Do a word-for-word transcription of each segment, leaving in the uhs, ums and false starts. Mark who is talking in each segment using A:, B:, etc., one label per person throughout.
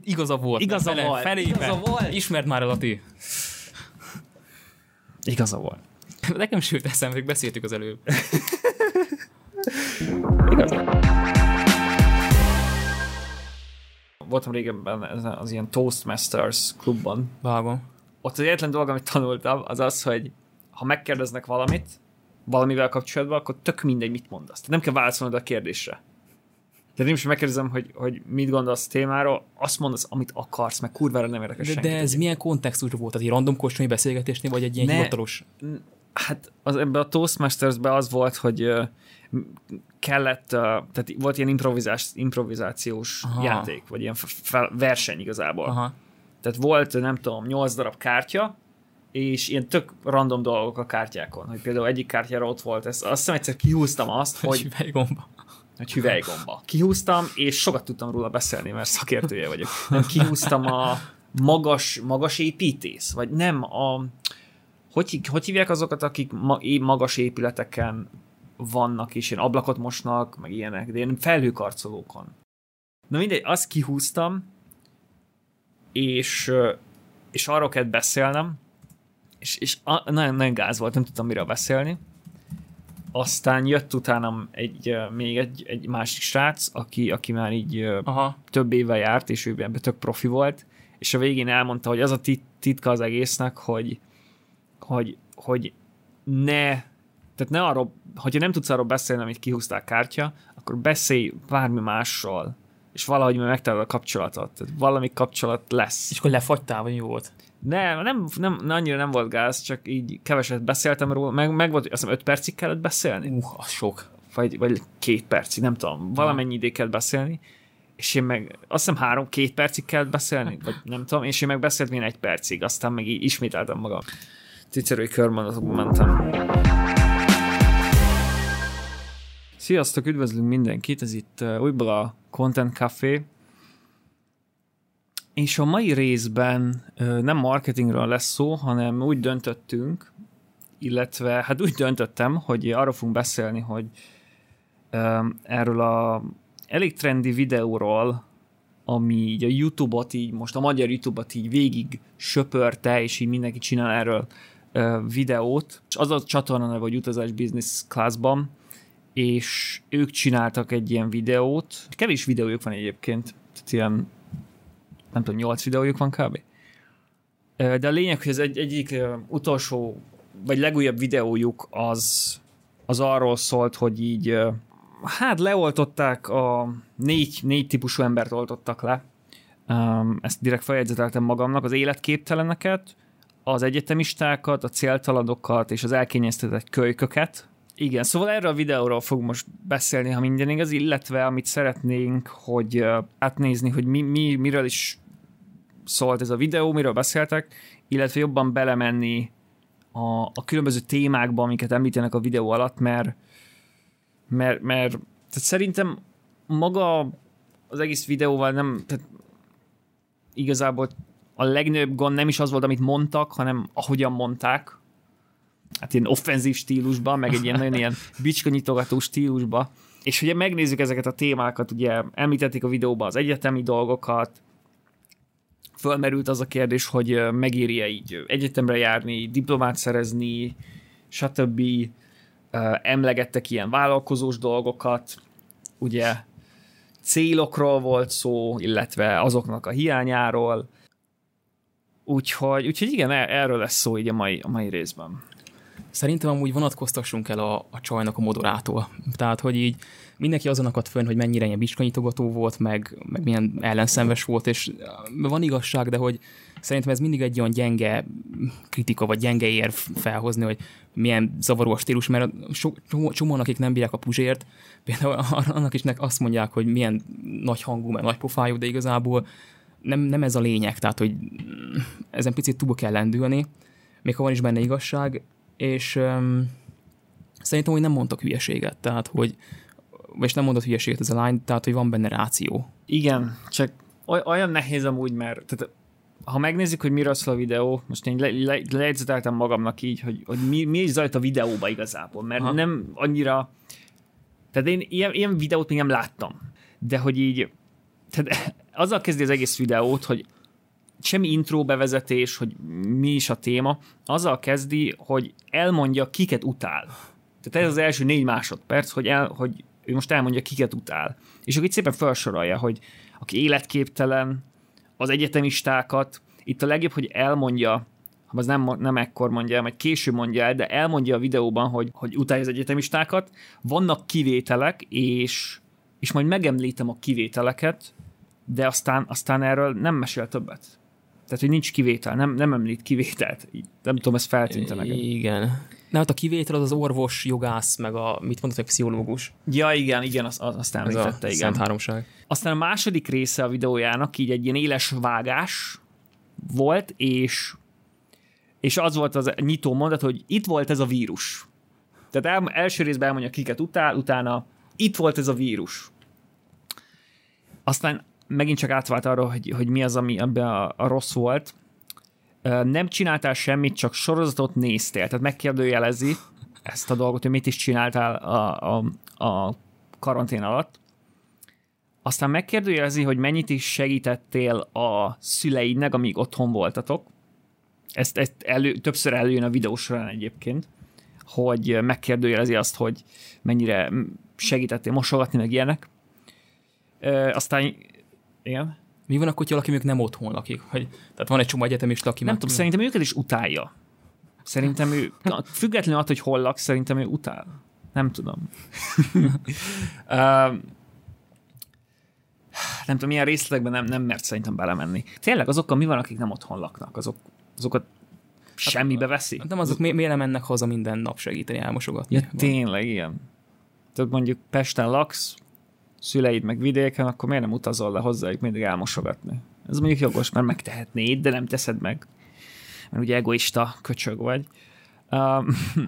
A: Igaza volt.
B: Igaza
A: fele,
B: volt.
A: Felépe.
B: Igaza volt.
A: Ismerd már el, Ati.
B: Igaza volt.
A: Nekem sőt eszembe, beszéltük az előbb.
B: Igaza. Voltam régebben az ilyen Toastmasters klubban.
A: Vágom.
B: Ott az egyetlen dolog, amit tanultam, az az, hogy ha megkérdeznek valamit, valamivel kapcsolatban, akkor tök mindegy, mit mondasz. Nem kell válaszolnod a kérdésre. De nem is megkérdezem, hogy, hogy mit gondolsz a témáról, azt mondasz, amit akarsz, meg kurvára nem érdekes
A: De,
B: senkit.
A: de ez milyen kontextusban volt? Egy random kostonyi beszélgetésnél, vagy egy ilyen
B: Ne,
A: hivatalos?
B: Hát az, ebben a Toastmastersben az volt, hogy uh, kellett, uh, tehát volt ilyen improvizás, improvizációs Aha. játék, vagy ilyen fel, verseny igazából. Aha. Tehát volt, nem tudom, nyolc darab kártya, és ilyen tök random dolgok a kártyákon. Hogy például egyik kártyára ott volt, ezt, azt hiszem egyszer kihúztam azt, hogy...
A: Hüvelygomba.
B: Hogy hüvelygomba. Kihúztam, és sokat tudtam róla beszélni, mert szakértője vagyok. Nem, kihúztam a magas, magas építész, vagy nem a... Hogy, hogy hívják azokat, akik ma, magas épületeken vannak, és ilyen ablakot mosnak, meg ilyenek, de ilyen felhőkarcolókon. Na mindegy, azt kihúztam, és, és arról kellett beszélnem, és, és a, nagyon, nagyon gáz volt, nem tudtam miről beszélni. Aztán jött utánam egy, még egy, egy másik srác, aki, aki már így Aha. több éve járt, és ő ebben tök profi volt, és a végén elmondta, hogy az a tit, titka az egésznek, hogy, hogy, hogy ne, tehát ne arról, hogyha nem tudsz arról beszélni, amit kihúztál kártya, akkor beszélj bármi másról, és valahogy majd megtalálod a kapcsolatot. Tehát valami kapcsolat lesz.
A: És akkor lefagytál, vagy mi volt?
B: Nem, nem, nem, annyira nem volt gáz, csak így keveset beszéltem róla, meg, meg volt, azt hiszem öt percig kellett beszélni.
A: Uh, az sok.
B: Vagy, vagy két percig, nem tudom, valamennyi idő kellett beszélni, és én meg, azt hiszem három, két percig kellett beszélni, vagy nem tudom, és én meg beszéltem én egy percig, aztán meg így ismételtem magam. Cicerói körmondatokban mentem. Sziasztok, üdvözlünk mindenkit, ez itt uh, újból a Content Café, és a mai részben uh, nem marketingről lesz szó, hanem úgy döntöttünk, illetve hát úgy döntöttem, hogy arról fogunk beszélni, hogy um, erről a elég trendi videóról, ami így a YouTube-ot így, most a magyar YouTube-ot így végig söpörte, és így mindenki csinál erről uh, videót, és az a csatorna neve, hogy Utazás Business Classban, és ők csináltak egy ilyen videót, kevés videójuk van egyébként, tehát ilyen, nem tudom, nyolc videójuk van kb. De a lényeg, hogy az egy, egyik utolsó, vagy legújabb videójuk az, az arról szólt, hogy így, hát leoltották a négy, négy típusú embert oltottak le. Ezt direkt feljegyzeteltem magamnak, az életképteleneket, az egyetemistákat, a céltalanokat és az elkényeztetett kölyköket. Igen, szóval erről a videóról fogunk most beszélni, ha minden igaz, illetve amit szeretnénk, hogy átnézni, hogy mi, mi, miről is szólt ez a videó, miről beszéltek, illetve jobban belemenni a, a különböző témákba, amiket említenek a videó alatt, mert, mert, mert tehát szerintem maga az egész videóval nem, tehát igazából a legnagyobb gond nem is az volt, amit mondtak, hanem ahogyan mondták, hát ilyen offenzív stílusban, meg egy ilyen nagyon ilyen bicskanyitogató stílusban. És ugye megnézzük ezeket a témákat, ugye említették a videóban az egyetemi dolgokat, fölmerült az a kérdés, hogy megéri-e így egyetemre járni, diplomát szerezni, stb. Emlegettek ilyen vállalkozós dolgokat, ugye célokról volt szó, illetve azoknak a hiányáról. Úgyhogy, úgyhogy igen, erről lesz szó így a mai, a mai részben.
A: Szerintem amúgy vonatkoztassunk el a, a csajnak a modorától. Tehát, hogy így mindenki azon akadt fönn, hogy mennyire ilyen bicskanyitogató volt, meg, meg milyen ellenszenves volt, és van igazság, de hogy szerintem ez mindig egy olyan gyenge kritika, vagy gyenge érv felhozni, hogy milyen zavaró a stílus, mert so, csomóan, akik nem bírják a Puzsért, például annak is azt mondják, hogy milyen nagy hangú, meg nagy pofájú, de igazából nem, nem ez a lényeg, tehát, hogy ezen picit túl kell lendülni, még ha van is benne igazság, és um, szerintem, hogy nem mondtak hülyeséget, tehát, hogy és nem mondott hülyeséget ez a lány, tehát, hogy van benne ráció.
B: Igen, csak olyan nehéz amúgy, mert tehát, ha megnézzük, hogy miről szól a videó, most én le, le, lejegyzeteltem magamnak így, hogy, hogy mi, mi is zajlott a videóba igazából, mert Aha. nem annyira, tehát én ilyen, ilyen videót még nem láttam, de hogy így, tehát azzal kezdi az egész videót, hogy semmi intro bevezetés, hogy mi is a téma, azzal kezdi, hogy elmondja, kiket utál. Tehát ez az első négy másodperc, hogy, el, hogy ő most elmondja, kiket utál. És akkor itt szépen felsorolja, hogy aki életképtelen, az egyetemistákat, itt a legjobb, hogy elmondja, az nem, nem ekkor mondja el, majd később mondja el, de elmondja a videóban, hogy, hogy utálja az egyetemistákat, vannak kivételek, és, és majd megemlítem a kivételeket, de aztán, aztán erről nem mesél többet. Tehát, hogy nincs kivétel, nem, nem említ kivételt. Nem tudom, ez feltűnte nekem.
A: Igen. De hát a kivétel az az orvos, jogász, meg a, mit mondott, egy pszichológus.
B: Ja, igen, igen, azt, azt említette, igen.
A: Szent háromság.
B: Aztán a második része a videójának így egy ilyen éles vágás volt, és, és az volt az nyitó mondat, hogy itt volt ez a vírus. Tehát el, első részben elmondja, kiket utál, utána itt volt ez a vírus. Aztán megint csak átvált arra, hogy, hogy mi az, ami ebben a, a rossz volt. Nem csináltál semmit, csak sorozatot néztél. Tehát megkérdőjelezi ezt a dolgot, hogy mit is csináltál a, a, a karantén alatt. Aztán megkérdőjelezi, hogy mennyit is segítettél a szüleidnek, amíg otthon voltatok. Ezt, ezt elő, többször előjön a videó során egyébként, hogy megkérdőjelezi azt, hogy mennyire segítettél mosogatni, meg ilyenek. Ö, aztán, igen.
A: Mi van akkor, hogy valaki még nem otthon lakik? Hogy, tehát van egy csomó egyetemista, aki...
B: Nem tudom, szerintem őket is utálja. Szerintem ő, függetlenül attól, hogy hol laksz, szerintem ő utál. Nem tudom. uh, nem tudom, milyen részletekben nem, nem mert szerintem belemenni. Tényleg azokkal mi van, akik nem otthon laknak? Azok, azokat semmibe veszi?
A: Nem, azok mi, miért nem mennek haza minden nap segíteni, elmosogatni?
B: Ja, tényleg, igen. Tehát mondjuk Pesten laksz, szüleid meg vidéken, akkor miért nem utazol le hozzájuk mindig elmosogatni? Ez mondjuk jogos, mert megtehetnéd, de nem teszed meg. Mert ugye egoista köcsög vagy. Um,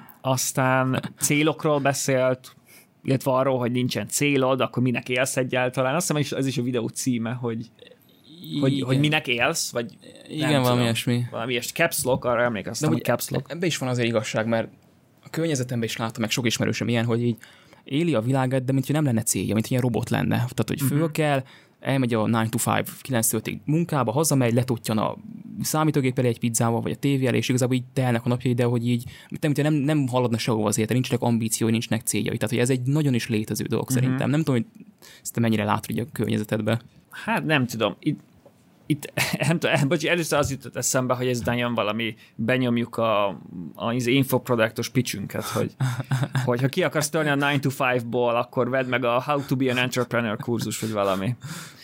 B: aztán célokról beszélt, illetve arról, hogy nincsen célod, akkor minek élsz egyáltalán. Azt hiszem, ez is a videó címe, hogy, hogy, hogy minek élsz, vagy
A: igen, valami ilyesmi.
B: Valami ilyesmi. Caps Lock, arra emlékeztem, hogy Caps Lock.
A: Ebben is van azért igazság, mert a környezetemben is láttam, meg sok ismerősöm ilyen, hogy így éli a világot, de mintha nem lenne célja, mint ilyen robot lenne. Tehát, hogy föl uh-huh. kell, elmegy a nine to five, kilenctől ötig munkába, hazamegy, letudjan a számítógép elé egy pizzával, vagy a tévé elé, és igazából így telnek a napjai, de hogy így nem, nem, nem haladna sehova az élete, nincsenek ambíciói, nincsenek céljai. Tehát, hogy ez egy nagyon is létező dolog uh-huh. szerintem. Nem tudom, hogy ezt te mennyire látod így a környezetedben.
B: Hát nem tudom. Itt Itt, nem tudom, bocsi, először az jutott eszembe, hogy ezután jön valami, benyomjuk a, az infoproduktos pitchünket, hogy, hogy ha ki akarsz törni a nine to five-ból, akkor vedd meg a How to be an Entrepreneur kurzus, vagy valami.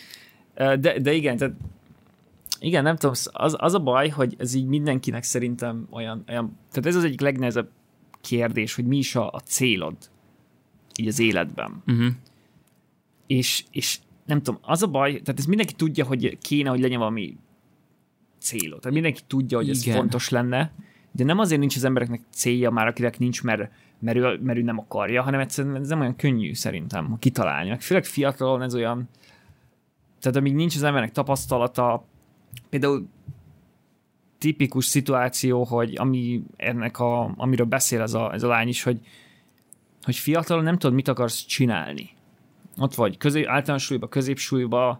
B: De, de igen, tehát, igen, nem tudom, az, az a baj, hogy ez így mindenkinek szerintem olyan, olyan, tehát ez az egyik legnehezebb kérdés, hogy mi is a, a célod így az életben. Uh-huh. És, és nem tudom, az a baj, tehát ez mindenki tudja, hogy kéne, hogy legyen valami célod. Tehát mindenki tudja, hogy ez igen. fontos lenne, de nem azért nincs az embereknek célja már, akinek nincs, mert, mert, ő, mert ő nem akarja, hanem egyszerűen ez nem olyan könnyű szerintem kitalálni. Főleg fiatalon ez olyan, tehát amíg nincs az embernek tapasztalata, például tipikus szituáció, hogy ami ennek a, amiről beszél ez a, ez a lány is, hogy, hogy fiatalon nem tudod, mit akarsz csinálni. Ott vagy közé, általános súlyba, középsúlyba,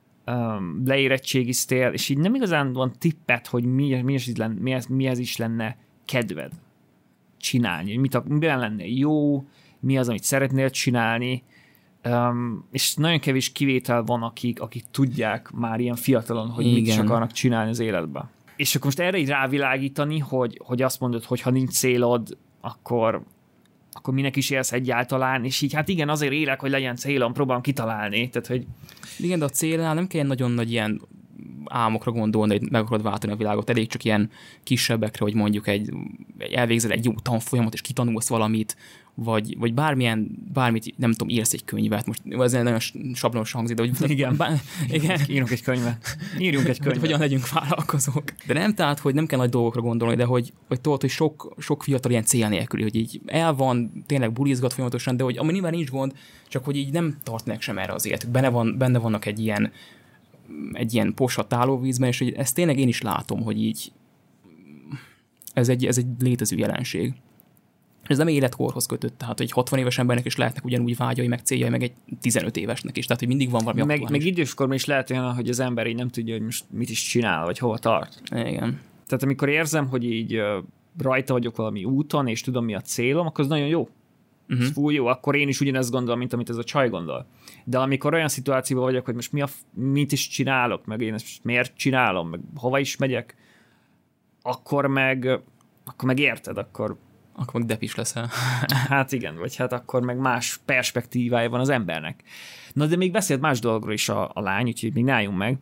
B: um, leérettségiztél, és így nem igazán van tippet, hogy mi, mi, is lenne, mi, ez, mi ez is lenne kedved csinálni, mit, miben lenne jó, mi az, amit szeretnél csinálni, um, és nagyon kevés kivétel van, akik, akik tudják már ilyen fiatalon, hogy igen. mit is akarnak csinálni az életben. És akkor most erre így rávilágítani, hogy, hogy azt mondod, hogy ha nincs célod, akkor akkor minek is élsz egyáltalán, és így hát igen, azért élek, hogy legyen célom, próbálom kitalálni, tehát hogy...
A: Igen, de a célnál nem kell nagyon nagy ilyen álmokra gondolni, hogy meg akarod váltani a világot, elég csak ilyen kisebbekre, hogy mondjuk egy, egy elvégzel egy jó tanfolyamot, és kitanulsz valamit, vagy, vagy bármilyen, bármit, nem tudom, írsz egy könyvet, most ez nagyon sablonos hangzik, de hogy...
B: Igen, bár, igen. Írunk egy könyvet. Írjunk egy könyvet.
A: Hogyan legyünk vállalkozók. De nem tehát, hogy nem kell nagy dolgokra gondolni, de hogy, hogy tudod, hogy sok, sok fiatal ilyen cél nélküli, hogy így el van, tényleg bulizgat folyamatosan, de hogy ami nyilván nincs gond, csak hogy így nem tartnak sem erre az életük. Benne, van, benne vannak egy ilyen egy ilyen posat tálóvízben, és hogy ezt tényleg én is látom, hogy így ez egy, ez egy létező jelenség. Ez nem életkorhoz kötött, tehát egy hatvan éves embernek is lehetnek ugyanúgy vágyai, meg céljai, meg egy tizenöt évesnek is, tehát hogy mindig van valami
B: meg, meg időskorban is lehet olyan, hogy az ember így nem tudja, hogy most mit is csinál, vagy hova tart.
A: Igen.
B: Tehát amikor érzem, hogy így uh, rajta vagyok valami úton, és tudom, mi a célom, akkor az nagyon jó. Uh-huh. Ez fúj, jó, akkor én is ugyanezt gondolom, mint amit ez a csaj gondol. De amikor olyan szituációban vagyok, hogy most mi a, mit is csinálok, meg én ezt miért csinálom, meg hova is megyek, akkor meg, akkor meg érted, akkor
A: Akkor meg depis leszel.
B: Hát igen, vagy hát akkor meg más perspektívája van az embernek. Na de még beszélt más dologról is a, a lány, úgyhogy még ne álljunk meg.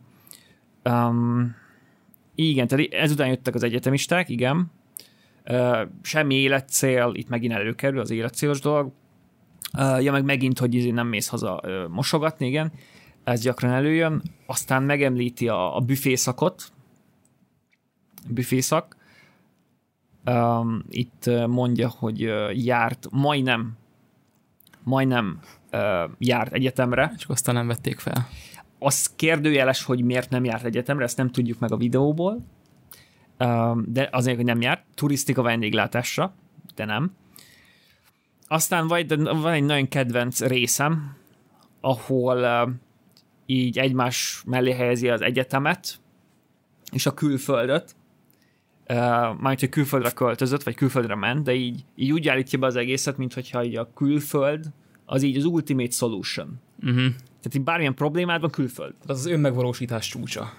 B: Um, igen, tehát ezután jöttek az egyetemisták, igen. Uh, semmi életcél, itt megint előkerül az életcélos dolog. Uh, ja, meg megint, hogy nem mész haza uh, mosogatni, igen. Ez gyakran előjön. Aztán megemlíti a, a büfészakot. Büfészak. Um, itt mondja, hogy uh, járt majdnem majdnem uh, járt egyetemre.
A: Csak aztán nem vették fel.
B: Az kérdőjeles, hogy miért nem járt egyetemre, ezt nem tudjuk meg a videóból, um, de azért, hogy nem járt. Turisztika vendéglátásra, de nem. Aztán van egy nagyon kedvenc részem, ahol uh, így egymás mellé helyezi az egyetemet és a külföldöt. Uh, mármint, hogy külföldre költözött, vagy külföldre ment, de így, így úgy állítja be az egészet, mintha így a külföld az így az ultimate solution.
A: Uh-huh.
B: Tehát így bármilyen problémád van, külföld.
A: Az az önmegvalósítás csúcsa.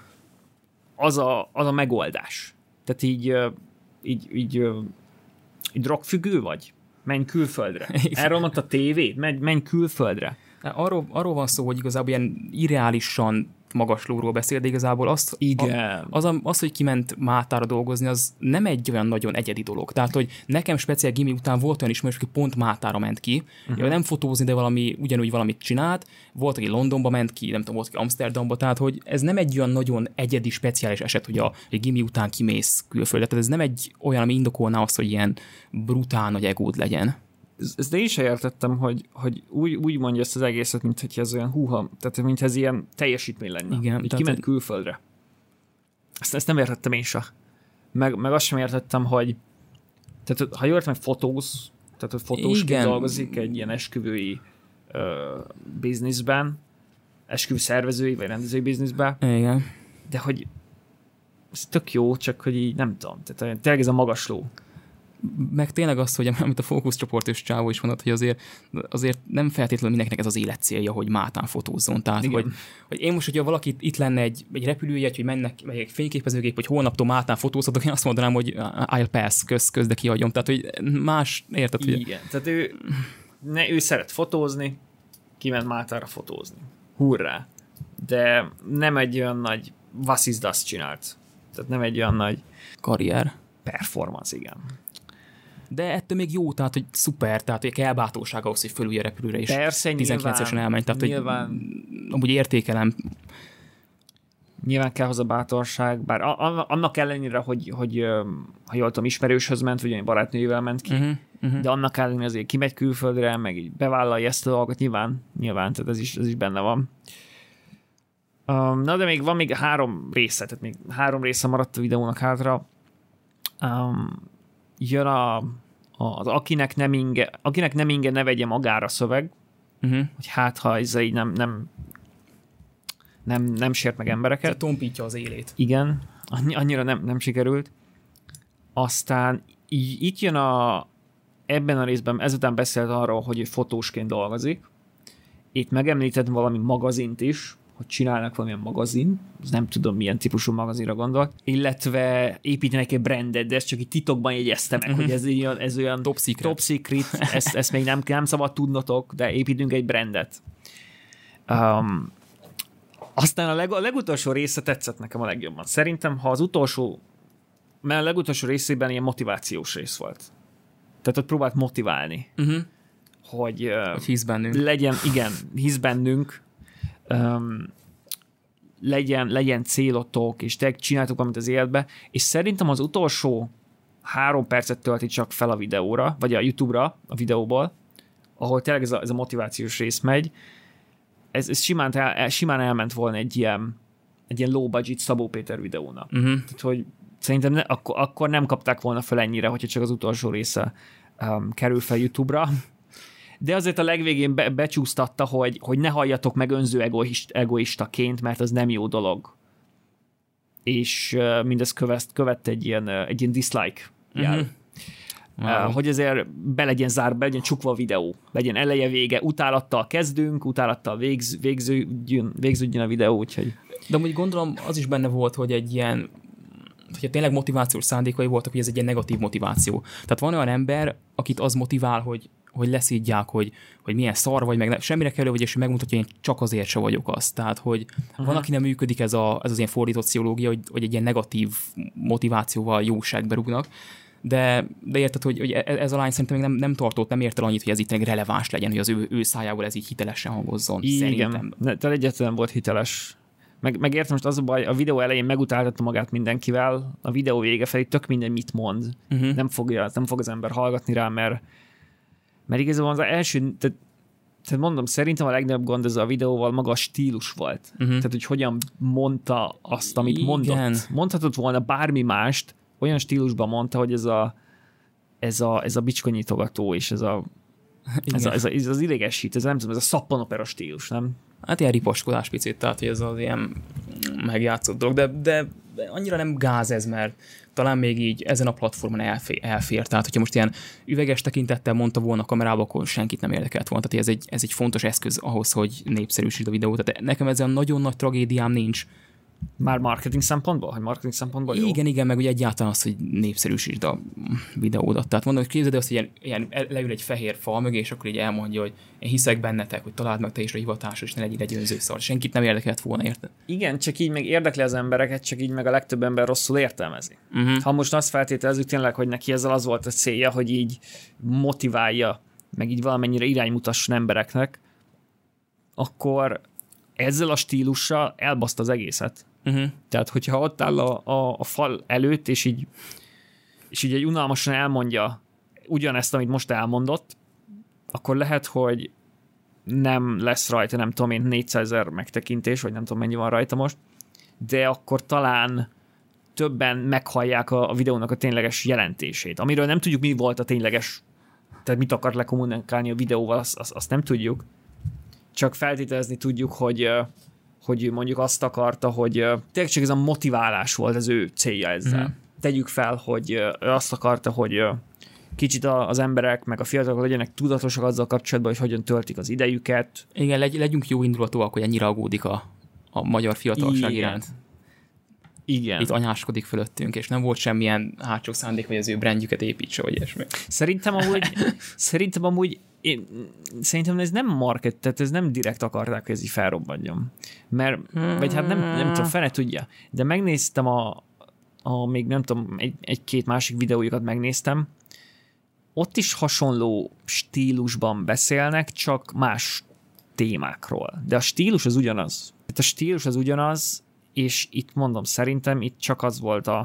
B: Az a, az a megoldás. Tehát így, uh, így, így, uh, így drogfüggő vagy? Menj külföldre. Erről mondta a tévét? Menj, menj külföldre.
A: Arról, arról van szó, hogy igazából ilyen irreálisan magaslóról beszél, de igazából azt,
B: Igen.
A: A, az, az, hogy kiment Mátára dolgozni, az nem egy olyan nagyon egyedi dolog. Tehát, hogy nekem speciál gimi után volt olyan ismerős, aki pont Mátára ment ki. Uh-huh. Ja, nem fotózni, de valami, ugyanúgy valamit csinált. Volt, aki Londonba ment ki, nem tudom, volt, aki Amsterdamba. Tehát, hogy ez nem egy olyan nagyon egyedi, speciális eset, hogy a hogy gimi után kimész külföldre. Tehát ez nem egy olyan, ami indokolná azt, hogy ilyen brutál nagy egód legyen.
B: Ezt én is értettem, hogy, hogy úgy, úgy mondja ezt az egészet, mint hogy ez olyan húha, tehát mintha ez ilyen teljesítmény lenne.
A: Igen.
B: Hogy kiment egy... külföldre. Ezt, ezt nem értettem én se. Meg, meg azt sem értettem, hogy tehát, ha jól értem, hogy fotóz, tehát hogy fotósként dolgozik egy ilyen esküvői uh, bizniszben, esküvő szervezői vagy rendezői bizniszben.
A: Igen.
B: De hogy ez tök jó, csak hogy így nem tudom. Tehát tényleg ez a magasló.
A: Meg tényleg azt, hogy amit a fókuszcsoportos csávó is mondott, hogy azért, azért nem feltétlenül mindenkinek ez az életcélja, hogy Mátán fotózzon. Tehát, hogy, hogy én most, hogyha valaki itt lenne egy, egy repülőjegy, hogy mennek, vagy egy fényképezőgép, hogy holnaptól Mátán fotózhatok, én azt mondanám, hogy I'll pass, köz, köz, de kihagyom. Tehát, hogy más, érted? Hogy...
B: Igen, tehát ő, ne, ő szeret fotózni, kiment Mátára fotózni. Hurrá! De nem egy olyan nagy was is das csinált. Tehát nem egy olyan nagy
A: karrier.
B: Performance, igen.
A: De ettől még jó, tehát, hogy szuper, tehát, hogy kell bátorság ahhoz, hogy fölülj a repülőre, és
B: persze,
A: tizenkilencesen elmenj. Tehát,
B: nyilván,
A: hogy amúgy értékelem.
B: Nyilván kell hozzá bátorság, bár annak ellenére, hogy, hogy ha jól tudom, ismerőshöz ment, vagy olyan barátnőjével ment ki, uh-huh, uh-huh. de annak ellenére azért kimegy külföldre, meg így bevállalja ezt a dolgot, nyilván, nyilván, tehát ez is, ez is benne van. Um, na, de még van még három része, tehát még három része maradt a videónak hátra. Um, jön a, a, az akinek nem inge, akinek nem inge, ne vegye magára szöveg, uh-huh. hogy hát, ha ez így nem, nem, nem, nem sért meg embereket.
A: Ez tompítja az élét.
B: Igen, annyira nem, nem sikerült. Aztán itt jön a, ebben a részben, ezután beszélt arról, hogy fotósként dolgozik. Itt megemlített valami magazint is, hogy csinálnak valamilyen magazin, nem tudom, milyen típusú magazinra gondolt, illetve építenek egy brandet, de ezt csak így titokban jegyezte meg, uh-huh. hogy ez, ilyen, ez olyan
A: top secret,
B: top secret ezt, ezt még nem, nem szabad tudnotok, de építünk egy brandet. Um, aztán a, leg, a legutolsó része tetszett nekem a legjobban. Szerintem, ha az utolsó, mert a legutolsó részében ilyen motivációs rész volt. Tehát ott próbált motiválni, uh-huh. hogy, uh,
A: hogy hisz bennünk.
B: Legyen, igen, hisz bennünk, Um, legyen, legyen célotok, és te csináltok valamit az életbe, és szerintem az utolsó három percet tölti csak fel a videóra, vagy a YouTube-ra, a videóból, ahol tényleg ez a, ez a motivációs rész megy, ez, ez simán, el, simán elment volna egy ilyen, egy ilyen low budget Szabó Péter videónak. Uh-huh. Tehát, hogy szerintem ne, akkor, akkor nem kapták volna fel ennyire, hogyha csak az utolsó része um, kerül fel YouTube-ra, de azért a legvégén be, becsúsztatta, hogy, hogy ne halljatok meg önző egoist, egoistaként, mert az nem jó dolog. És uh, mindez követ, követte egy ilyen, uh, egy ilyen dislike jel. Mm-hmm. Wow. Uh, hogy ezért be legyen zár, be legyen csukva a videó. Legyen eleje, vége, utálattal kezdünk, utálattal végz, végződjön, végződjön a videó, úgyhogy...
A: De amúgy gondolom, az is benne volt, hogy egy ilyen, hogyha tényleg motivációs szándékai voltak, hogy ez egy ilyen negatív motiváció. Tehát van olyan ember, akit az motivál, hogy, hogy leszídják, hogy, hogy milyen szar vagy, meg ne, semmire kellő vagy, és megmutatja, hogy én csak azért se vagyok az. Tehát, hogy uh-huh. van, aki nem működik ez, a, ez az ilyen fordított pszichológia, hogy, hogy egy ilyen negatív motivációval jóságbe rúgnak. De, de érted, hogy, hogy ez a lány szerintem még nem, nem tartott, nem ért el annyit, hogy ez itt tényleg releváns legyen, hogy az ő, ő szájából ez így hitelesen hangozzon.
B: Igen,
A: szerintem.
B: Tehát egyáltalán volt hiteles. Meg, meg értem, most az a baj, a videó elején megutáltatta magát mindenkivel, a videó vége felé tök minden mit mond. Uh-huh. Nem, fogja, nem fog az ember hallgatni rá, mert, mert igazából az első, tehát, tehát mondom, szerintem a legnagyobb gond ez a videóval maga a stílus volt. Uh-huh. Tehát, hogy hogyan mondta azt, amit Igen. mondott. Mondhatott volna bármi mást, olyan stílusban mondta, hogy ez a, ez a, ez a bicskanyitogató, és ez a, ez, a, ez, a, ez az idegesít, ez nem tudom, ez a szappanopera stílus, nem?
A: Hát ilyen riposkodás picit, tehát hogy ez az ilyen megjátszott dolog, de, de annyira nem gáz ez, mert talán még így ezen a platformon elfér, elfér. Tehát, hogyha most ilyen üveges tekintettel mondta volna a kamerába, akkor senkit nem érdekelt volna. Tehát ez egy, ez egy fontos eszköz ahhoz, hogy népszerűsítsd a videót. Tehát nekem ezzel nagyon nagy tragédiám nincs.
B: Már marketing szempontból? Hogy marketing szempontból jó?
A: Igen, igen, meg ugye egyáltalán az, hogy népszerűsítsd a videódat. Tehát mondom, hogy képzeld azt, hogy ilyen, ilyen leül egy fehér fal mögé, és akkor így elmondja, hogy én hiszek bennetek, hogy találd meg te is a hivatásos, és ne legyél egy önző szar. Senkit nem érdekelt volna, érted?
B: Igen, csak így meg érdekli az embereket, csak így meg a legtöbb ember rosszul értelmezi. Uh-huh. Ha most azt feltételezzük tényleg, hogy neki ezzel az volt a célja, hogy így motiválja, meg így valamennyire iránymutasson embereknek, akkor ezzel a stílussal elbaszta az egészet. Uh-huh. Tehát, hogyha ott áll a, a, a fal előtt, és így, és így egy unalmasan elmondja ugyanezt, amit most elmondott, akkor lehet, hogy nem lesz rajta, nem tudom én, négyszázezer megtekintés, vagy nem tudom mennyi van rajta most, de akkor talán többen meghallják a, a videónak a tényleges jelentését. Amiről nem tudjuk, mi volt a tényleges, tehát mit akart lekommunikálni a videóval, azt, azt, azt nem tudjuk. Csak feltételezni tudjuk, hogy hogy mondjuk azt akarta, hogy tényleg csak ez a motiválás volt az ő célja ezzel. Mm-hmm. Tegyük fel, hogy ő azt akarta, hogy kicsit az emberek, meg a fiatalok legyenek tudatosak azzal kapcsolatban, hogy hogyan töltik az idejüket.
A: Igen, legy, legyünk jó indulatúak, hogy ennyire aggódik a, a magyar fiatalság iránt.
B: Igen.
A: Itt anyáskodik fölöttünk, és nem volt semmilyen hátsó szándék, hogy az ő brandjüket építse, vagy ilyesmi.
B: Szerintem amúgy, szerintem amúgy én, szerintem ez nem market, tehát ez nem direkt akarták, hogy ez így felrobbanjon. Mert, vagy hát nem, nem tudom, fene tudja, de megnéztem a, a még nem tudom, egy, egy-két másik videójukat megnéztem, ott is hasonló stílusban beszélnek, csak más témákról. De a stílus az ugyanaz. Tehát a stílus az ugyanaz, és itt mondom, szerintem itt csak az volt a,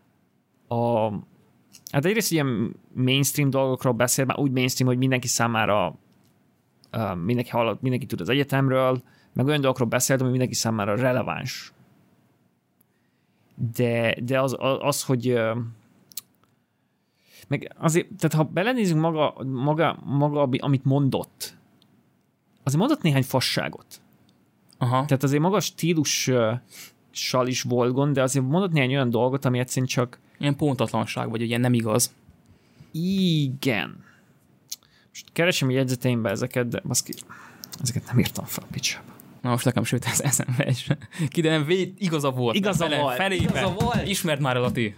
B: a hát egyrészt ilyen mainstream dolgokról beszél, már úgy mainstream, hogy mindenki számára uh, mindenki hallott, mindenki tud az egyetemről, meg olyan dolgokról beszélt, ami mindenki számára releváns. De, de az, az, az, hogy uh, meg azért, tehát ha belenézünk maga, maga, maga, amit mondott, azért mondott néhány fasságot. Aha. Tehát azért maga stílussal is volt gond, de azért mondott néhány olyan dolgot, ami egyszerűen csak
A: ilyen pontatlanság, vagy ugye nem igaz.
B: Igen. Most keresem a jegyzeteimbe ezeket, de baszki, ezeket nem írtam fel a picsába.
A: Na most nekem sőt ez eszembe is. Ki, de nem véd, igaza volt.
B: Igaza fele, volt.
A: Felébe. Igaza volt. Ismerd már el, Lati.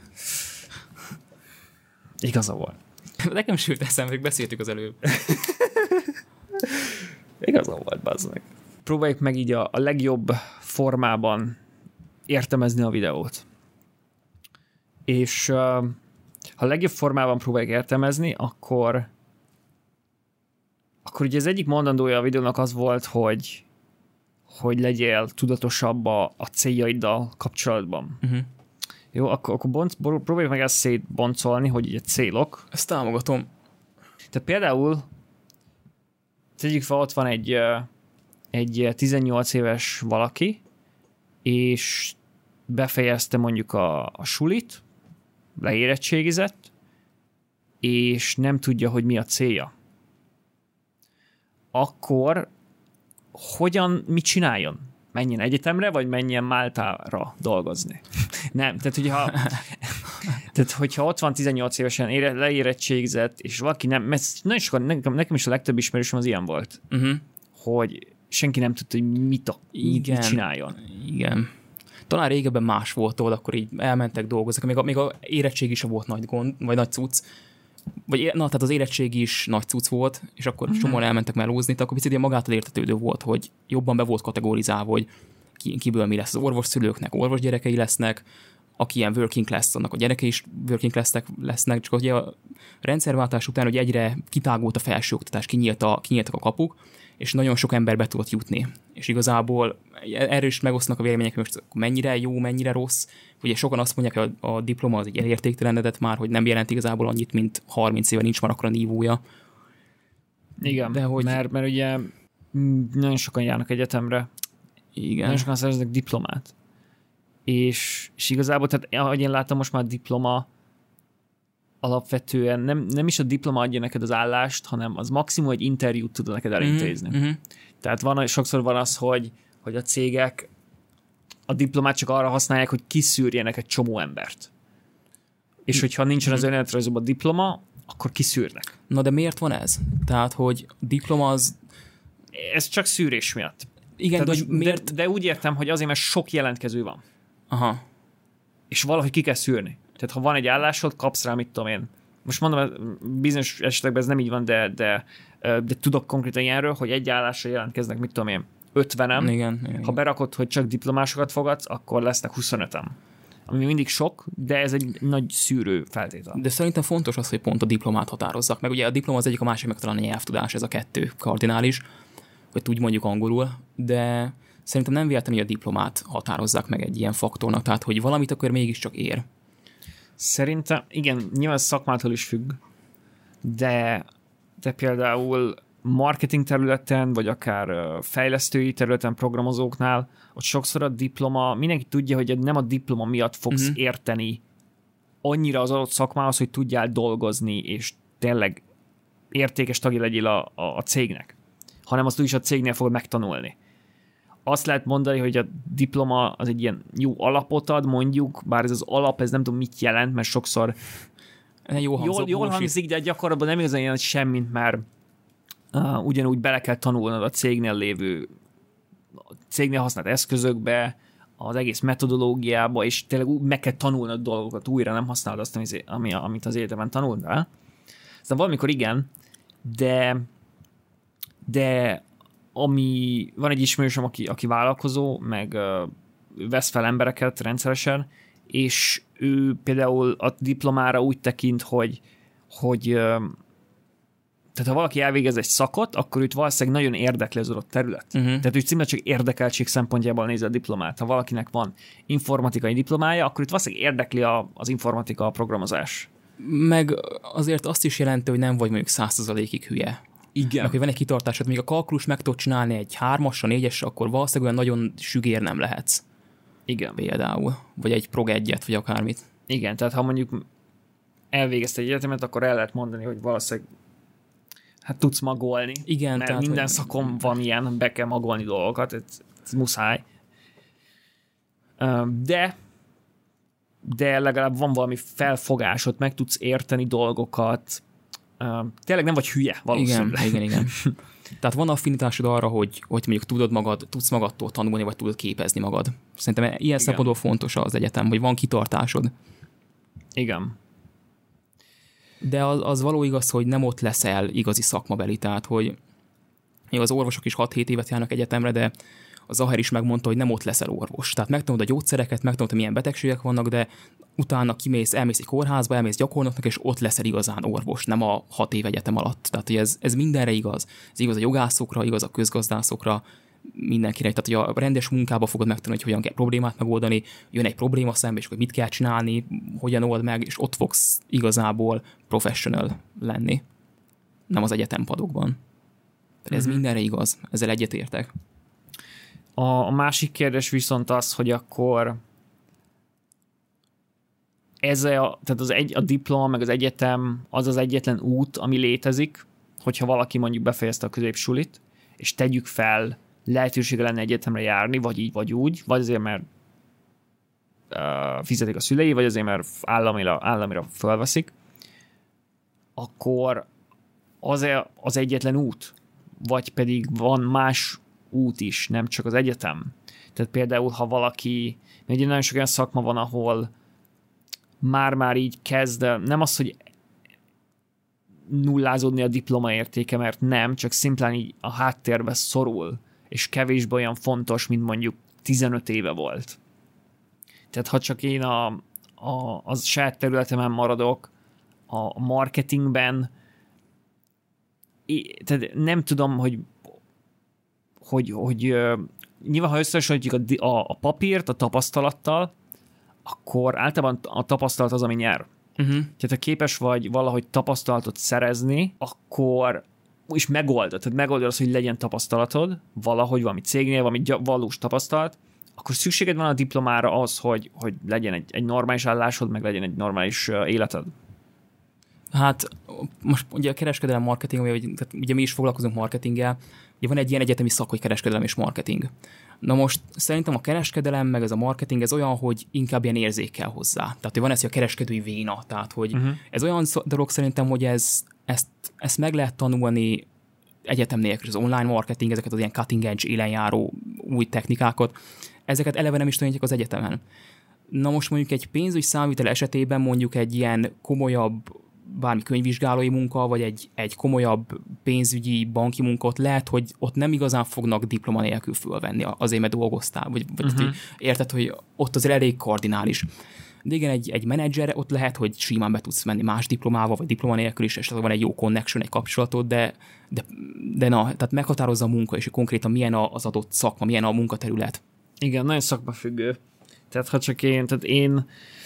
B: Igaza volt.
A: Nekem sőt eszembe, beszéltük az előbb.
B: Igaza volt, bazd meg. Próbáljuk meg így a, a legjobb formában értelmezni a videót. És uh, ha a legjobb formában próbáljuk értelmezni, akkor akkor ugye az egyik mondandója a videónak az volt, hogy hogy legyél tudatosabb a, a céljaiddal kapcsolatban. Uh-huh. Jó, akkor, akkor bonc, próbáljuk meg ezt szétboncolni, hogy ugye célok.
A: Ezt támogatom.
B: Tehát például tegyük fel, ott van egy, egy tizennyolc éves valaki, és befejezte mondjuk a, a sulit, leérettségizett, és nem tudja, hogy mi a célja, akkor hogyan, mit csináljon? Menjen egyetemre, vagy menjen Máltára dolgozni? Nem, tehát hogyha, tehát hogyha ott van tizennyolc évesen ére, leérettségizett, és valaki nem, mert nagyon sokan, nekem, nekem is a legtöbb ismerősöm az ilyen volt, uh-huh. hogy senki nem tudta, hogy mit, a, mit, mit csináljon.
A: Igen. Talán régebben más volt, ahol akkor így elmentek dolgozni, még a, még a érettség is volt nagy gond, vagy nagy cucc, vagy na, tehát az érettség is nagy cucc volt, és akkor uh-huh. csomóan elmentek melózni, de akkor picit magától értetődő volt, hogy jobban be volt kategorizálva, hogy ki, kiből mi lesz. Az orvosszülőknek orvos gyerekei lesznek, aki ilyen working class, annak a gyerekei is working class lesznek, csak ugye a rendszerváltás után hogy egyre kitágult a felsőoktatás, kinyílt a, kinyíltak a kapuk, és nagyon sok ember be tudott jutni. És igazából erről is megosztanak a vélemények, hogy most mennyire jó, mennyire rossz. Ugye sokan azt mondják, hogy a, a diploma az egy elértéktelenedett már, hogy nem jelent igazából annyit, mint harminc éve nincs már akkora nívója.
B: Igen, de hogy... mert, mert ugye nagyon sokan járnak egyetemre, igen. Nagyon sokan szereznek diplomát. És, és igazából, tehát ahogy én látom, most már a diploma alapvetően nem, nem is a diploma adja neked az állást, hanem az maximum egy interjút tud neked elintézni. Mm-hmm. Tehát van, sokszor van az, hogy, hogy a cégek a diplomát csak arra használják, hogy kiszűrjenek egy csomó embert. És hogyha nincsen az önéletrajzóban diploma, akkor kiszűrnek.
A: Na de miért van ez? Tehát, hogy diploma az...
B: Ez csak szűrés miatt.
A: Igen,
B: de,
A: de, miért...
B: de, de úgy értem, hogy azért, mert sok jelentkező van.
A: Aha.
B: És valahogy ki kell szűrni. Tehát ha van egy állásod, kapsz rá, mit tudom én. Most mondom, bizonyos esetekben ez nem így van, de, de, de tudok konkrétan ilyenről, hogy egy állásra jelentkeznek, mit tudom én, ötvenem.
A: Igen, igen.
B: Ha berakod, hogy csak diplomásokat fogadsz, akkor lesznek huszonöten. Ami mindig sok, de ez egy nagy szűrő feltétel.
A: De szerintem fontos az, hogy pont a diplomát határozzak meg. Ugye a diploma az egyik, a másik meg talán a nyelvtudás, ez a kettő kardinális, hogy tudj mondjuk angolul, de szerintem nem véletlenül, hogy a diplomát határozzák meg egy ilyen faktornak, tehát hogy valamit akkor mégiscsak ér.
B: Szerintem, igen, nyilván szakmától is függ, de, de például marketing területen, vagy akár fejlesztői területen, programozóknál, ott sokszor a diploma, mindenki tudja, hogy nem a diploma miatt fogsz uh-huh. érteni annyira az adott szakmához, hogy tudjál dolgozni, és tényleg értékes tagja legyél a, a, a cégnek, hanem azt úgyis a cégnél fogod megtanulni. Azt lehet mondani, hogy a diploma az egy ilyen jó alapot ad, mondjuk, bár ez az alap, ez nem tudom mit jelent, mert sokszor
A: jó hangzó,
B: jól, jól hangzik, de gyakorlatban nem igazán jelent semmit, mert uh, ugyanúgy bele kell tanulnod a cégnél lévő, a cégnél használt eszközökbe, az egész metodológiába, és tényleg meg kell tanulnod dolgokat, újra nem használod azt, ami, amit az egyetemen tanultál. Szóval valamikor igen, de de ami, van egy ismerősöm, aki, aki vállalkozó, meg uh, vesz fel embereket rendszeresen, és ő például a diplomára úgy tekint, hogy, hogy uh, tehát ha valaki elvégez egy szakot, akkor őt valószínűleg nagyon érdekli az adott terület. Uh-huh. Tehát ő címre csak érdekeltség szempontjából nézi a diplomát. Ha valakinek van informatikai diplomája, akkor őt valószínűleg érdekli a, az informatika, a programozás.
A: Meg azért azt is jelenti, hogy nem vagy mondjuk száz százalékig hülye.
B: Igen.
A: Meg, hogy van egy kitartásod, még a kalkulus meg tudod csinálni egy hármasra, négyesre, akkor valószínűleg nagyon sügér nem lehetsz.
B: Igen.
A: Például. Vagy egy prog egyet, vagy akármit.
B: Igen, tehát ha mondjuk elvégezte egy egyetemet, akkor el lehet mondani, hogy valószínűleg hát tudsz magolni.
A: Igen.
B: Mert
A: tehát,
B: minden
A: hogy...
B: szakon van ilyen, be kell magolni dolgokat, ez, ez muszáj. De de legalább van valami felfogásod, meg tudsz érteni dolgokat. Tényleg nem vagy hülye, valószínűleg.
A: Igen, igen, igen. Tehát van affinitásod arra, hogy, hogy mondjuk tudod magad, tudsz magadtól tanulni, vagy tudod képezni magad. Szerintem ilyen szempontból fontos az egyetem, hogy van kitartásod.
B: Igen.
A: De az, az való igaz, hogy nem ott leszel igazi szakmabeli, tehát hogy az orvosok is hat-hét évet járnak egyetemre, de a Zaher is megmondta, hogy nem ott leszel orvos. Tehát megtanulod a gyógyszereket, megtanulod, hogy milyen betegségek vannak, de utána kimész, elmész egy kórházba, elmész gyakornoknak, és ott leszel igazán orvos, nem a hat év egyetem alatt. Tehát hogy ez, ez mindenre igaz. Ez igaz a jogászokra, igaz a közgazdászokra, mindenkire. Tehát, hogy a rendes munkába fogod megtanulni, hogy hogyan kell problémát megoldani, jön egy probléma szembe, és hogy mit kell csinálni, hogyan old meg, és ott fogsz igazából professional lenni. Nem az egyetempadokban. Ez mm-hmm. mindenre igaz. Ezzel egyetértek.
B: A, a másik kérdés viszont az, hogy akkor ez a, tehát az egy, a diploma, meg az egyetem az az egyetlen út, ami létezik, hogyha valaki mondjuk befejezte a középsulit, és tegyük fel, lehetősége lenne egyetemre járni, vagy így, vagy úgy, vagy azért, mert uh, fizetik a szülei, vagy azért, mert államira, államira felveszik, akkor az, az egyetlen út, vagy pedig van más út is, nem csak az egyetem. Tehát például, ha valaki, mert nagyon sok olyan szakma van, ahol már-már így kezd, nem az, hogy nullázódni a diploma értéke, mert nem, csak szimplán így a háttérbe szorul, és kevésbé olyan fontos, mint mondjuk tizenöt éve volt. Tehát ha csak én a, a, a saját területemen maradok, a marketingben, tehát nem tudom, hogy hogy, hogy nyilván, ha összehasonlítjuk a, a, a papírt a tapasztalattal, akkor általában a tapasztalat az, ami nyer. Uh-huh. Tehát ha képes vagy valahogy tapasztalatot szerezni, akkor is megoldod. Tehát megoldod azt, hogy legyen tapasztalatod, valahogy valami cégnél, valami valós tapasztalat, akkor szükséged van a diplomára az, hogy, hogy legyen egy, egy normális állásod, meg legyen egy normális életed.
A: Hát most ugye a kereskedelem marketing, vagy, tehát ugye mi is foglalkozunk marketinggel, ugye van egy ilyen egyetemi szak, hogy kereskedelem és marketing. Na most szerintem a kereskedelem, meg ez a marketing, ez olyan, hogy inkább ilyen érzékel hozzá. Tehát, hogy van ez, hogy a kereskedői véna. Tehát, hogy uh-huh. ez olyan dolog szerintem, hogy ez, ezt, ezt meg lehet tanulni egyetem nélkül, az online marketing, ezeket az ilyen cutting edge, élenjáró új technikákat, ezeket eleve nem is tanítják az egyetemen. Na most mondjuk egy pénzügy számvitel esetében mondjuk egy ilyen komolyabb bármi könyvvizsgálói munka, vagy egy, egy komolyabb pénzügyi banki munkot lehet, hogy ott nem igazán fognak diploma nélkül fölvenni, azért, mert dolgoztál, vagy, vagy uh-huh. érted, hogy ott azért elég kardinális. De igen, egy, egy menedzser, ott lehet, hogy simán be tudsz menni más diplomával, vagy diploma nélkül is, és van egy jó connection, egy kapcsolatod, de, de, de na, tehát meghatározza a munka, és hogy konkrétan milyen az adott szakma, milyen a munkaterület.
B: Igen, nagyon szakmafüggő. Tehát ha csak én, tehát én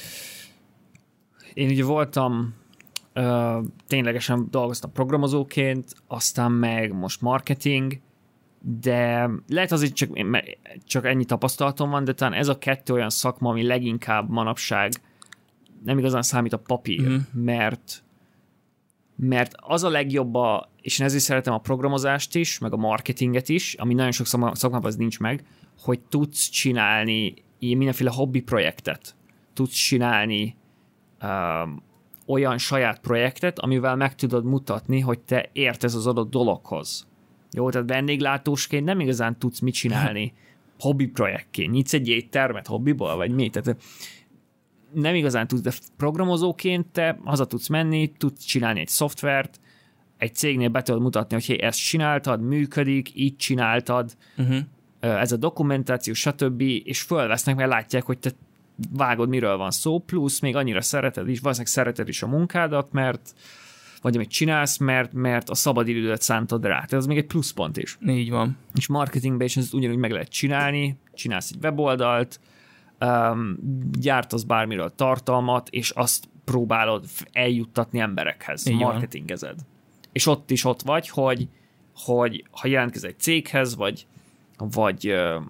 B: én ugye voltam Uh, ténylegesen dolgoztam programozóként, aztán meg most marketing, de lehet azért csak, csak ennyi tapasztalatom van, de talán ez a kettő olyan szakma, ami leginkább manapság nem igazán számít a papír, mm. mert mert az a legjobb, a, és én ezért szeretem a programozást is, meg a marketinget is, ami nagyon sok szakmában az nincs meg, hogy tudsz csinálni ilyen mindenféle hobbi projektet, tudsz csinálni um, olyan saját projektet, amivel meg tudod mutatni, hogy te értesz az adott dologhoz. Jó, tehát vendéglátósként nem igazán tudsz mit csinálni hobbi projektként. Nyitsz egy éttermet hobbiból, vagy mi? Tehát nem igazán tudsz, de programozóként te haza tudsz menni, tudsz csinálni egy szoftvert, egy cégnél be tudod mutatni, hogy hey, ezt csináltad, működik, így csináltad, uh-huh. ez a dokumentáció, stb. És fölvesznek, mert látják, hogy te vágod, miről van szó, plusz még annyira szereted is, valószínűleg szereted is a munkádat, mert vagy amit csinálsz, mert, mert a szabadidődet szántad rá. Tehát ez még egy pluszpont is.
A: Így van.
B: És marketingben is ezt ugyanúgy meg lehet csinálni, csinálsz egy weboldalt, um, gyártasz bármiről tartalmat, és azt próbálod eljuttatni emberekhez, így marketingezed. Van. És ott is ott vagy, hogy, hogy ha jelentkezel egy céghez, vagy, vagy uh,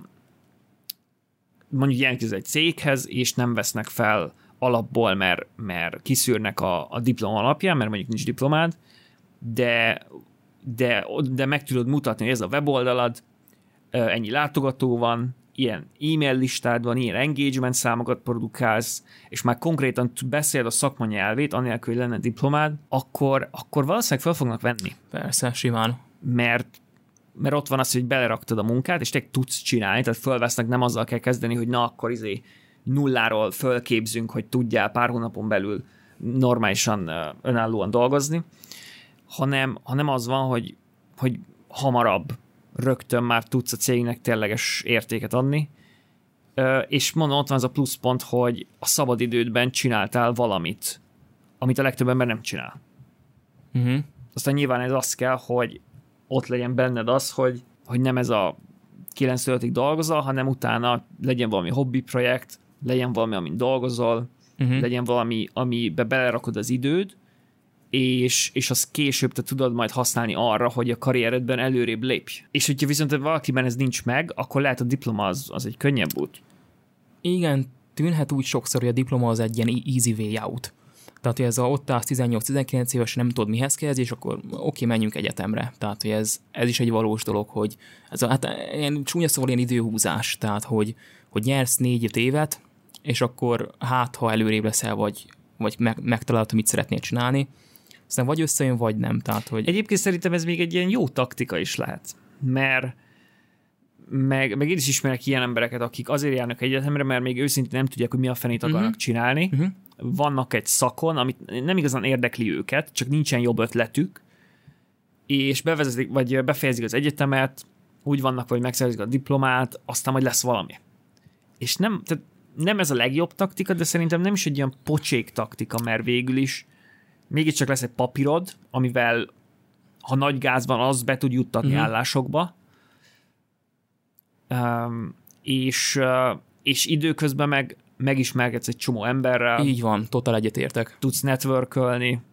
B: mondjuk jelentkezel egy céghez, és nem vesznek fel alapból, mert, mert kiszűrnek a, a diploma alapján, mert mondjuk nincs diplomád, de, de, de meg tudod mutatni, hogy ez a weboldalad, ennyi látogató van, ilyen e-mail listád van, ilyen engagement számokat produkálsz, és már konkrétan beszéled a szakma nyelvét, anélkül, hogy lenne diplomád, akkor, akkor valószínűleg fel fognak venni.
A: Persze, simán.
B: Mert mert ott van az, hogy beleraktad a munkát, és te tudsz csinálni, tehát fölvesznek, nem azzal kell kezdeni, hogy na, akkor izé nulláról fölképzünk, hogy tudjál pár hónapon belül normálisan, önállóan dolgozni, hanem, hanem az van, hogy, hogy hamarabb rögtön már tudsz a cégnek tényleges értéket adni, és mondom, ott van az a pluszpont, hogy a szabadidődben csináltál valamit, amit a legtöbb ember nem csinál. Uh-huh. Aztán nyilván ez azt kell, hogy ott legyen benned az, hogy, hogy nem ez a kilenctől ötig dolgozol, hanem utána legyen valami hobbi projekt, legyen valami, amin dolgozol, uh-huh. legyen valami, amibe belerakod az időd, és, és azt később te tudod majd használni arra, hogy a karrieredben előrébb lépj. És hogyha viszont valakiben ez nincs meg, akkor lehet a diploma az, az egy könnyebb út.
A: Igen, tűnhet úgy sokszor, hogy a diploma az egy ilyen easy way out. Tehát, hogy ez a ott állsz tizennyolc-tizenkilenc éves, nem tudod mihez kezdj, és akkor oké, menjünk egyetemre. Tehát, hogy ez, ez is egy valós dolog, hogy ez a, hát ilyen csúnya szóval ilyen időhúzás, tehát, hogy, hogy nyersz négy-öt évet, és akkor hát, ha előrébb leszel, vagy, vagy meg, megtalálod, mit szeretnél csinálni, aztán vagy összejön, vagy nem. Tehát, hogy...
B: Egyébként szerintem ez még egy ilyen jó taktika is lehet, mert meg, meg én is ismerek ilyen embereket, akik azért járnak egyetemre, mert még őszintén nem tudják, hogy mi a fenét akarnak uh-huh. csinálni. Uh-huh. Vannak egy szakon, amit nem igazán érdekli őket, csak nincsen jobb ötletük, és bevezetik, vagy befejezik az egyetemet, úgy vannak, hogy megszerzik a diplomát, aztán majd lesz valami. És nem, tehát nem ez a legjobb taktika, de szerintem nem is egy ilyen pocsék taktika, mert végül is mégiscsak lesz egy papírod, amivel ha nagy gáz van, az be tud juttatni uh-huh. állásokba, um, és, uh, és időközben meg megismerkedsz egy csomó emberrel.
A: Így van, totál egyetértek.
B: Tudsz networkölni,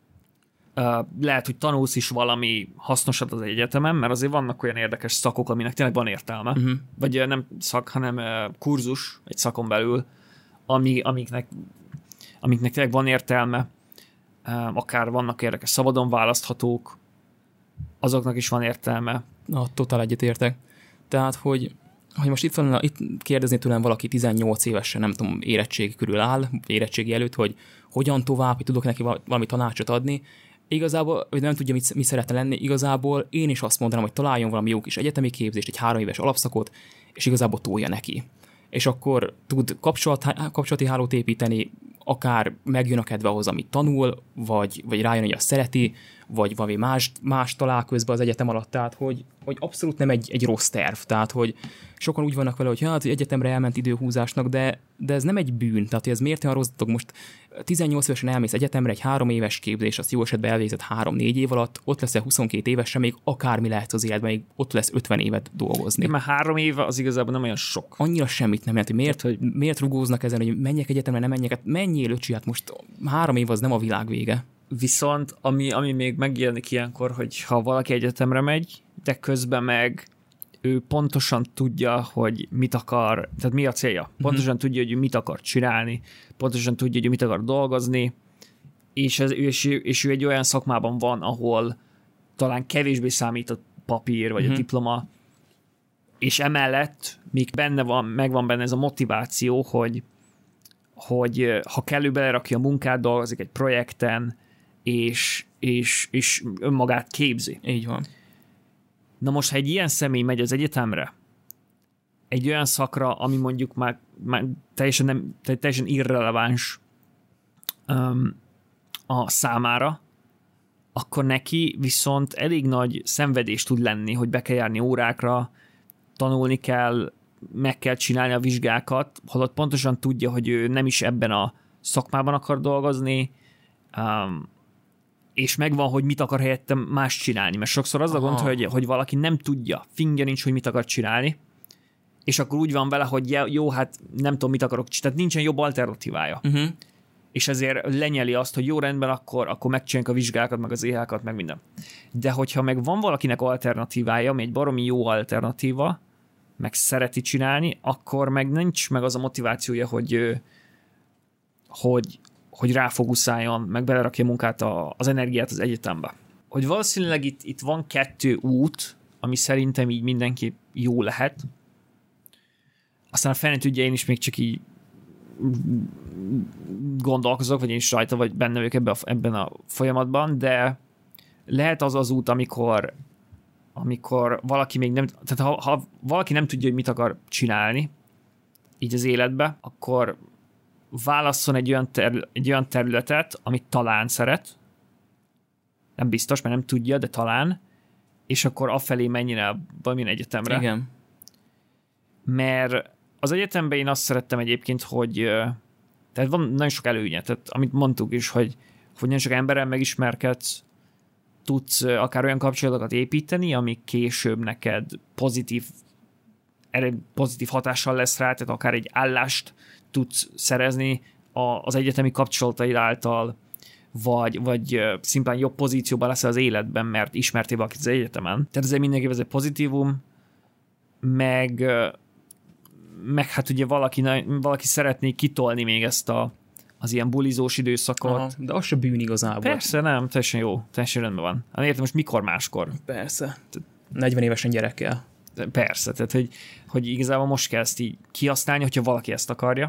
B: uh, lehet, hogy tanulsz is valami hasznosat az egyetemen, mert azért vannak olyan érdekes szakok, aminek tényleg van értelme. Uh-huh. Vagy uh, nem szak, hanem uh, kurzus egy szakon belül, ami, amiknek, amiknek tényleg van értelme. Uh, akár vannak érdekes szabadon választhatók, azoknak is van értelme.
A: Na, totál egyetértek. Tehát, hogy hogy most itt van, itt kérdezni tőlem valaki tizennyolc évesen, nem tudom, érettség körül áll, érettségi előtt, hogy hogyan tovább, hogy tudok neki valami tanácsot adni. Igazából, hogy nem tudja, mit, mit szeretne lenni, igazából én is azt mondanám, hogy találjon valami jó kis egyetemi képzést, egy három éves alapszakot, és igazából tolja neki. És akkor tud kapcsolat, kapcsolati hálót építeni, akár megjön a kedve ahhoz, amit tanul, vagy, vagy rájön, hogy azt szereti, vagy valami más, más talál közben az egyetem alatt, tehát hogy, hogy abszolút nem egy, egy rossz terv, tehát hogy sokan úgy vannak vele, hogy hát egyetemre elment időhúzásnak, de, de ez nem egy bűn, tehát ez miért olyan rossz dolog? Most tizennyolc évesen elmész egyetemre, egy három éves képzés, azt jó esetben elvégzed három-négy év alatt, ott leszel huszonkét évesen, még akármi lehet az életben, még ott lesz ötven évet dolgozni.
B: Mert három év az igazából nem olyan sok.
A: Annyira semmit nem jelent, hogy miért, hogy miért rugóznak ezen, hogy menjek egyetemre, nem menjek, hát menjél öcsi, hát most három év az nem a világ vége.
B: Viszont ami, ami még megjelenik ilyenkor, hogy ha valaki egyetemre megy, de közben meg ő pontosan tudja, hogy mit akar, tehát mi a célja. Pontosan mm-hmm. tudja, hogy mit akar csinálni, pontosan tudja, hogy mit akar dolgozni, és, ez, és, és ő egy olyan szakmában van, ahol talán kevésbé számít a papír, vagy mm-hmm. a diploma, és emellett még benne van, megvan benne ez a motiváció, hogy, hogy ha kellő belerakja a munkát, dolgozik egy projekten, és, és, és önmagát képzi.
A: Így van.
B: Na most, ha egy ilyen személy megy az egyetemre, egy olyan szakra, ami mondjuk már, már teljesen, nem, teljesen irreleváns um, a számára, akkor neki viszont elég nagy szenvedés tud lenni, hogy be kell járni órákra, tanulni kell, meg kell csinálni a vizsgákat, holott pontosan tudja, hogy ő nem is ebben a szakmában akar dolgozni, um, és megvan, hogy mit akar helyette más csinálni. Mert sokszor az a gond, hogy, hogy valaki nem tudja, fingja nincs, hogy mit akar csinálni, és akkor úgy van vele, hogy jó, hát nem tudom, mit akarok csinálni. Tehát nincsen jobb alternatívája. Uh-huh. És ezért lenyeli azt, hogy jó, rendben, akkor, akkor megcsináljuk a vizsgákat, meg az éhákat, meg minden. De hogyha meg van valakinek alternatívája, ami egy baromi jó alternatíva, meg szereti csinálni, akkor meg nincs meg az a motivációja, hogy, hogy hogy ráfókuszáljon, meg belerakja munkát, a, az energiát az egyetembe. Hogy valószínűleg itt, itt van kettő út, ami szerintem így mindenki jó lehet. Aztán a fene tudja, én is még csak így gondolkozok, vagy én is rajta, vagy benne vagyok ebben a, ebben a folyamatban, de lehet az az út, amikor, amikor valaki még nem, tehát ha, ha valaki nem tudja, hogy mit akar csinálni így az életbe, akkor válasszon egy olyan, terül- egy olyan területet, amit talán szeret, nem biztos, mert nem tudja, de talán, és akkor afelé menjen el valamilyen egyetemre.
A: Igen.
B: Mert az egyetemben én azt szerettem egyébként, hogy tehát van nagyon sok előnye, tehát amit mondtuk is, hogy, hogy nagyon sok emberrel megismerkedsz, tudsz akár olyan kapcsolatokat építeni, ami később neked pozitív, pozitív hatással lesz rá, tehát akár egy állást tudsz szerezni az egyetemi kapcsolataid által, vagy, vagy szimplán jobb pozícióban leszel az életben, mert ismertél valakit az egyetemen. Tehát ez mindenképpen ez egy pozitívum, meg, meg hát ugye valaki, valaki szeretné kitolni még ezt a, az ilyen bulizós időszakot.
A: Aha, de az se bűn igazából.
B: Persze, nem, teljesen jó, teljesen rendben van. Hát értem, most mikor máskor?
A: Persze. negyven évesen gyerekkel.
B: Persze, tehát hogy, hogy igazából most kell ezt így kihasználni, hogyha valaki ezt akarja.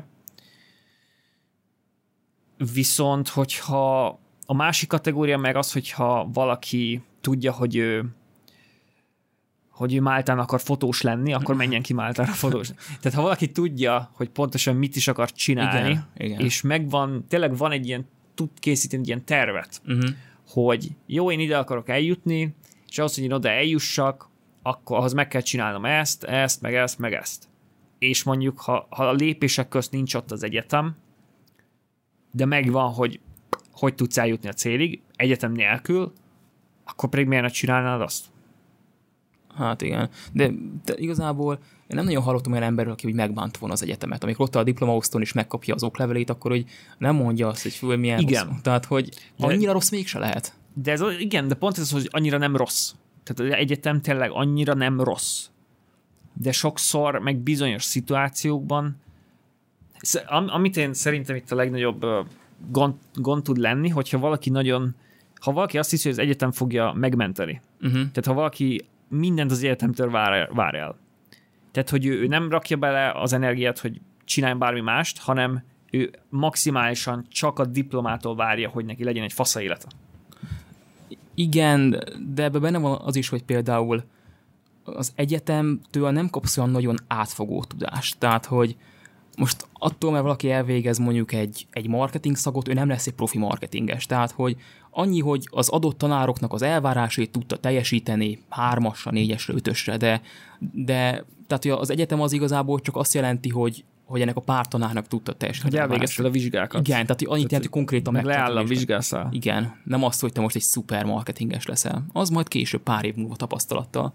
B: Viszont, hogyha a másik kategória meg az, hogyha valaki tudja, hogy ő hogy ő Máltán akar fotós lenni, akkor menjen ki Máltára fotós. Tehát ha valaki tudja, hogy pontosan mit is akar csinálni,
A: igen, igen.
B: és megvan, tényleg van egy ilyen, tud készíteni egy ilyen tervet,
A: uh-huh.
B: hogy jó, én ide akarok eljutni, és ahhoz, hogy én oda eljussak, akkor ahhoz meg kell csinálnom ezt, ezt, meg ezt, meg ezt. És mondjuk, ha, ha a lépések közt nincs ott az egyetem, de megvan, hogy hogy tudsz eljutni a célig, egyetem nélkül, akkor pedig miért ne csinálnád azt?
A: Hát igen, de, de igazából én nem nagyon hallottam olyan emberről, aki úgy megbánt volna az egyetemet. Amikor ott a diplomaosztón is megkapja az oklevelét, akkor hogy nem mondja azt, hogy fő, milyen
B: igen.
A: rossz. Tehát, hogy annyira de, rossz mégse lehet.
B: De ez, igen, de pont ez, hogy annyira nem rossz. Tehát az egyetem tényleg annyira nem rossz. De sokszor, meg bizonyos szituációkban, amit én szerintem itt a legnagyobb gond, gond tud lenni, hogyha valaki nagyon, ha valaki azt hiszi, hogy az egyetem fogja megmenteni. Uh-huh. Tehát ha valaki mindent az egyetemtől vár, vár el. Tehát, hogy ő, ő nem rakja bele az energiát, hogy csináljon bármi mást, hanem ő maximálisan csak a diplomától várja, hogy neki legyen egy fasza élete.
A: Igen, de ebben benne van az is, hogy például az egyetemtől nem kapsz olyan nagyon átfogó tudást. Tehát, hogy most attól, mert valaki elvégez mondjuk egy, egy marketing szakot, ő nem lesz egy profi marketinges. Tehát, hogy annyi, hogy az adott tanároknak az elvárásait tudta teljesíteni hármasra, négyesre, ötösre, de, de tehát az egyetem az igazából csak azt jelenti, hogy, hogy ennek a pár tanárnak tudta teljesíteni.
B: Hogy elvégezted a vizsgákat.
A: Igen, tehát annyit jelenti konkrétan
B: meg leáll a vizsgászál.
A: Igen, nem azt, hogy te most egy szuper marketinges leszel. Az majd később pár év múlva tapasztalattal.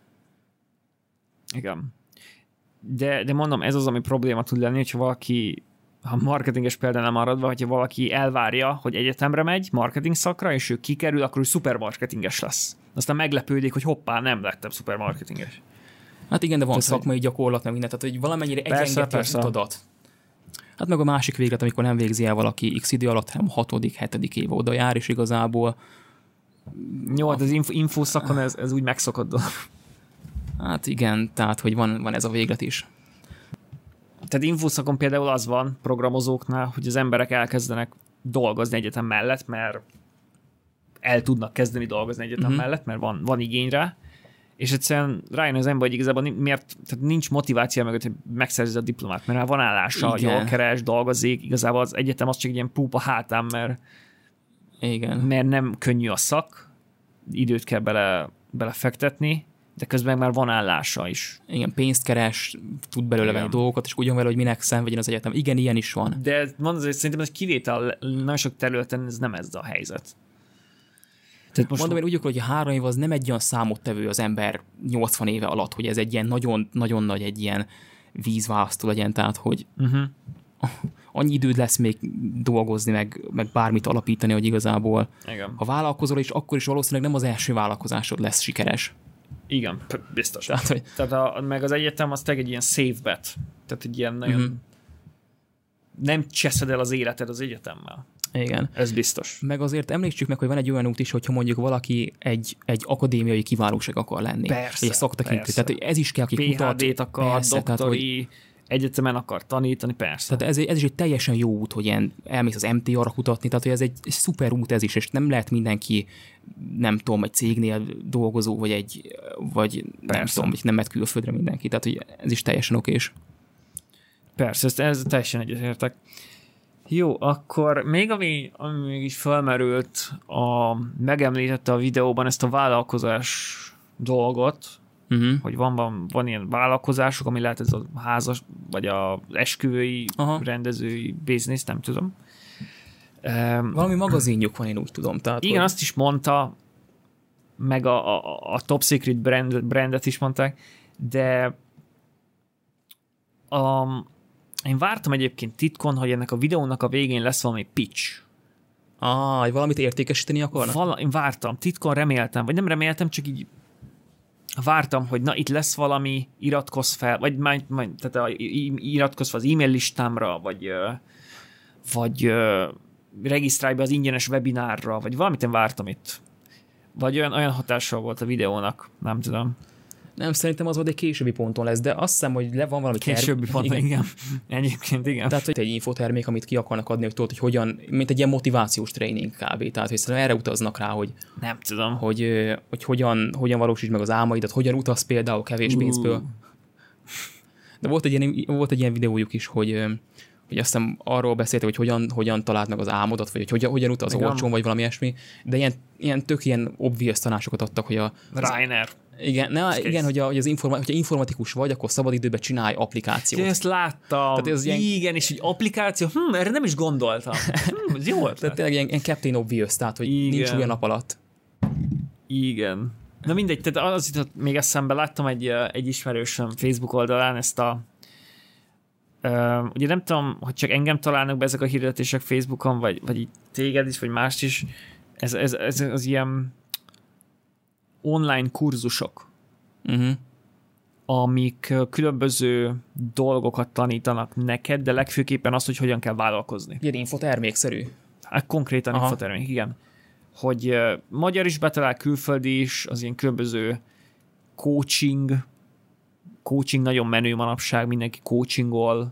B: Igen. De, de mondom, ez az, ami probléma tud lenni, hogyha valaki, ha marketinges például nem maradva, hogyha valaki elvárja, hogy egyetemre megy, marketing szakra, és ő kikerül, akkor ő szupermarketinges lesz. Aztán meglepődik, hogy hoppá, nem lettem szupermarketinges.
A: Hát igen, de van
B: tehát,
A: szakmai gyakorlat, meg minden, tehát hogy valamennyire egyengeti az utadat. Hát meg a másik véglet, amikor nem végzi el valaki x idő alatt, hanem a hatodik, hetedik év oda jár, és igazából...
B: Jó, hát az info, infószakon ez, ez úgy megszokott dolog.
A: Hát igen, tehát, hogy van, van ez a véglet is.
B: Tehát infószakon például az van programozóknál, hogy az emberek elkezdenek dolgozni egyetem mellett, mert el tudnak kezdeni dolgozni egyetem uh-huh. mellett, mert van, van igény rá, és egyszerűen rájön az ember, hogy igazából miért, tehát nincs motiváció mögött, hogy megszerzi a diplomát, mert van állása, igen. Jól keres, dolgozik, igazából az egyetem az csak egy ilyen púpa hátán, mert,
A: igen.
B: mert nem könnyű a szak, időt kell bele, belefektetni, de közben már van állása is.
A: Igen, pénzt keres, tud belőle venni dolgokat, és ugyan vele, hogy minek szenvedjen az egyetem. Igen, ilyen is van.
B: De mondom, szerintem ez kivétel, nagyon sok területen ez nem ez a helyzet.
A: Tehát most mondom, én úgy akarok, hogy a három év az nem egy olyan számottevő az ember nyolcvan éve alatt, hogy ez egy ilyen nagyon, nagyon nagy egy ilyen vízválasztó legyen, tehát hogy uh-huh. annyi időd lesz még dolgozni, meg, meg bármit alapítani, hogy igazából
B: igen.
A: Ha vállalkozol, és akkor is valószínűleg nem az első vállalkozásod lesz sikeres.
B: Igen, biztos.
A: Tehát, hogy...
B: Tehát a, meg az egyetem az tényleg egy ilyen safe bet. Tehát egy ilyen nagyon... Uh-huh. Nem cseszed el az életed az egyetemmel.
A: Igen.
B: Ez biztos.
A: Meg azért emléksük meg, hogy van egy olyan út is, hogyha mondjuk valaki egy, egy akadémiai kiválóság akar lenni.
B: Persze,
A: egy szaktekintő. Tehát ez is kell, aki
B: pé há dét akar, persze, doktori, tehát, hogy... egyetemen akar tanítani, persze.
A: Tehát ez, ez is egy teljesen jó út, hogy ilyen elmész az em té á-ra kutatni, tehát hogy ez egy, egy szuper út ez is, és nem lehet mindenki, nem tudom, egy cégnél dolgozó, vagy egy, vagy persze. nem tudom, nem mehet külföldre mindenki, tehát hogy ez is teljesen okés.
B: Persze, ezt, ez teljesen egyetértek. Jó, akkor még ami, ami még is felmerült, a, megemlítette a videóban ezt a vállalkozás dolgot, uh-huh. hogy van, van, van ilyen vállalkozások, ami lehet ez a házas, vagy az esküvői, aha. rendezői biznisz, nem tudom.
A: Valami magazinjuk van, én úgy tudom. Tehát,
B: igen, hogy... azt is mondta, meg a, a, a Top Secret brand, brandet is mondták, de a, én vártam egyébként titkon, hogy ennek a videónak a végén lesz valami pitch.
A: Ah, hogy valamit értékesíteni akarnak?
B: Val- én vártam, titkon reméltem, vagy nem reméltem, csak így vártam, hogy na itt lesz valami, iratkozz fel, vagy majd, majd, tehát a, iratkozz fel az e-mail listámra, vagy, vagy regisztrálj be az ingyenes webinárra, vagy valamit én vártam itt. Vagy olyan, olyan hatással volt a videónak, nem tudom.
A: Nem, szerintem az volt egy későbbi ponton lesz, de azt hiszem, hogy le van valami
B: Későbbi term... ponton, igen. igen. Egyébként igen.
A: Tehát, hogy egy infotermék, amit ki akarnak adni, hogy tudod, hogy hogyan, mint egy ilyen motivációs tréning kb. Tehát, hogy szerintem erre utaznak rá, hogy
B: nem tudom.
A: Hogy, hogy hogyan, hogyan valósítsd meg az álmaidat, hogyan utaz például kevés uh. pénzből. De volt egy, ilyen, volt egy ilyen videójuk is, hogy, hogy azt hiszem arról beszéltek, hogy hogyan, hogyan találd meg az álmodat, vagy hogy hogyan, hogyan utaz olcsón, vagy valami ilyesmi. De ilyen, ilyen tök ilyen obvious tanácsokat adtak, hogy a...
B: Reiner.
A: Igen, ne, igen hogy, a, hogy az informa, hogyha informatikus vagy, akkor szabadidőben csinálj applikációt.
B: Ja, ezt láttam. Ez ilyen... Igen, és egy applikáció, hm, erre nem is gondoltam. Hm, ez jó volt.
A: Tehát tényleg ilyen, ilyen Captain Obvious, tehát hogy igen. Nincs olyan nap alatt.
B: Igen. Na mindegy, tehát az jutott még eszembe, láttam egy, egy ismerősöm Facebook oldalán ezt a uh, ugye nem tudom, hogy csak engem találnak be ezek a hirdetések Facebookon, vagy, vagy így téged is, vagy mást is. Ez, ez, ez az ilyen online kurzusok, uh-huh. amik különböző dolgokat tanítanak neked, de legfőképpen azt, hogy hogyan kell vállalkozni.
A: Ilyen infotermékszerű.
B: Hát konkrétan aha. Infotermék, igen. Hogy uh, magyar is betalál, külföldi is, az ilyen különböző coaching, coaching nagyon menő manapság, mindenki coachingol,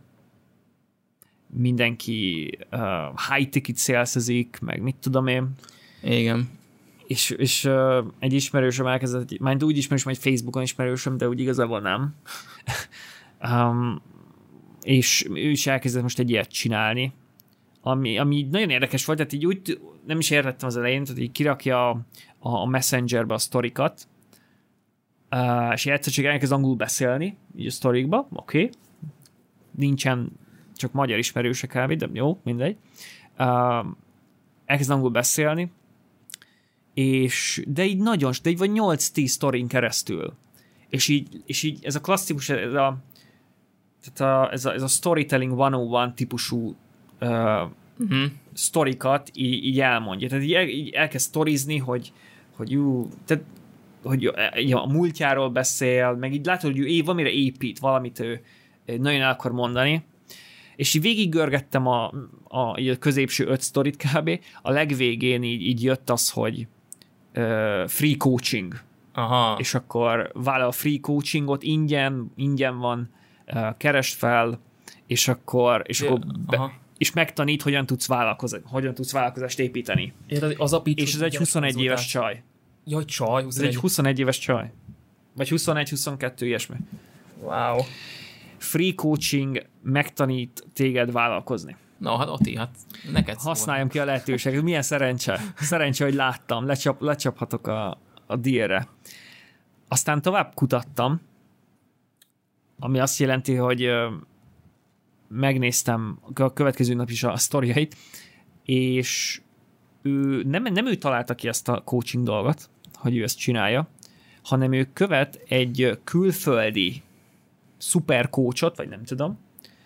B: mindenki uh, high ticket salesezik, meg mit tudom én.
A: Igen.
B: És, és uh, egy ismerősöm elkezdett, már úgy ismerősöm, egy Facebookon ismerősöm, de úgy igazából nem. um, és ő is elkezdett most egy ilyet csinálni, ami, ami nagyon érdekes volt, tehát így úgy nem is értettem az elején, tehát így kirakja a, a Messengerbe a sztorikat, uh, és egyszer csak elkezd angolul beszélni, így a sztorikba, oké, okay. Nincsen csak magyar ismerőse kb, de jó, mindegy. Uh, elkezd angolul beszélni, és de így nagyon, de így vagy nyolc-tíz sztorin keresztül. És így, és így ez a klasszikus, ez a, tehát a, ez a, ez a storytelling száz egy típusú uh, uh-huh. sztorikat így, így elmondja. Tehát így, el, így elkezd sztorizni, hogy, hogy jú, tehát, hogy a múltjáról beszél, meg így látod, hogy ő év, valamire épít, valamit ő nagyon el akar mondani. És így végiggörgettem a, a, a középső öt sztorit kb. A legvégén így, így jött az, hogy uh, free coaching.
A: Aha.
B: És akkor vállal a free coachingot, ingyen, ingyen van, uh, keresd fel, és akkor, és, akkor be, és megtanít, hogyan tudsz vállalkozni, hogyan tudsz vállalkozást építeni.
A: Érted, az a
B: és ez egy huszonegy éves csaj.
A: Jaj, csaj,
B: huszonegy. Ez egy huszonegy éves csaj. Vagy huszonegy-huszonkettő, ilyesmi.
A: Wow.
B: Free coaching megtanít téged vállalkozni.
A: Na, hát Ati, hát neked szól.
B: Használjam ki a lehetőséget. Milyen szerencse. Szerencse, hogy láttam. Lecsap, lecsaphatok a, a díjra. Aztán tovább kutattam, ami azt jelenti, hogy megnéztem a következő nap is a sztoriait, és ő, nem, nem ő találta ki ezt a coaching dolgot, hogy ő ezt csinálja, hanem ő követ egy külföldi szuper coachot, vagy nem tudom,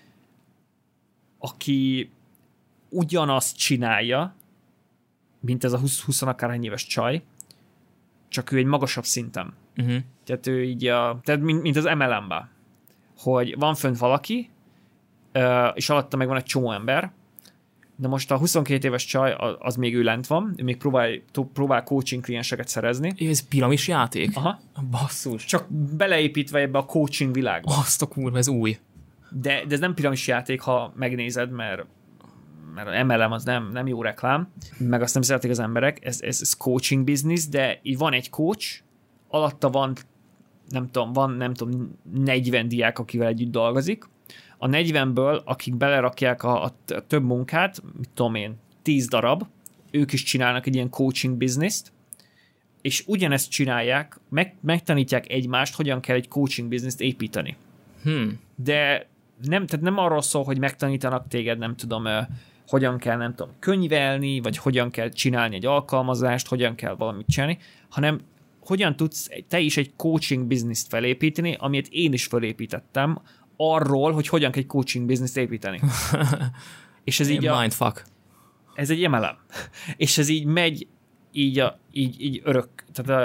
B: aki ugyanazt csinálja, mint ez a húsz akárhány éves csaj, csak ő egy magasabb szinten. Uh-huh. Tehát ő így a, tehát mint, mint az em el em-ben, hogy van fönt valaki, és alatta meg van egy csomó ember, de most a huszonkét éves csaj, az még ő lent van, ő még próbál, próbál coaching klienseket szerezni.
A: Ez piramis játék?
B: Aha.
A: Basszus.
B: Csak beleépítve ebbe a coaching világba.
A: Azt a kurva, ez új.
B: De, de ez nem piramis játék, ha megnézed, mert, mert em el em az nem, nem jó reklám, meg azt nem szeretik az emberek, ez, ez, ez coaching business, de így van egy coach, alatta van, nem tudom, van nem tudom, negyven diák, akivel együtt dolgozik, a negyvenből, akik belerakják a, a több munkát, mit tudom én, tíz darab, ők is csinálnak egy ilyen coaching business-t, és ugyanezt csinálják, meg, megtanítják egymást, hogyan kell egy coaching business-t építeni.
A: Hmm.
B: De nem, tehát nem arról szól, hogy megtanítanak téged, nem tudom, hogyan kell, nem tudom, könyvelni, vagy hogyan kell csinálni egy alkalmazást, hogyan kell valamit csinálni, hanem hogyan tudsz te is egy coaching business-t felépíteni, amit én is felépítettem, arról, hogy hogyan kell egy coaching business-t építeni. És ez így a...
A: Mindfuck.
B: Ez egy em el em. És ez így megy így, a, így, így örök. Tehát a,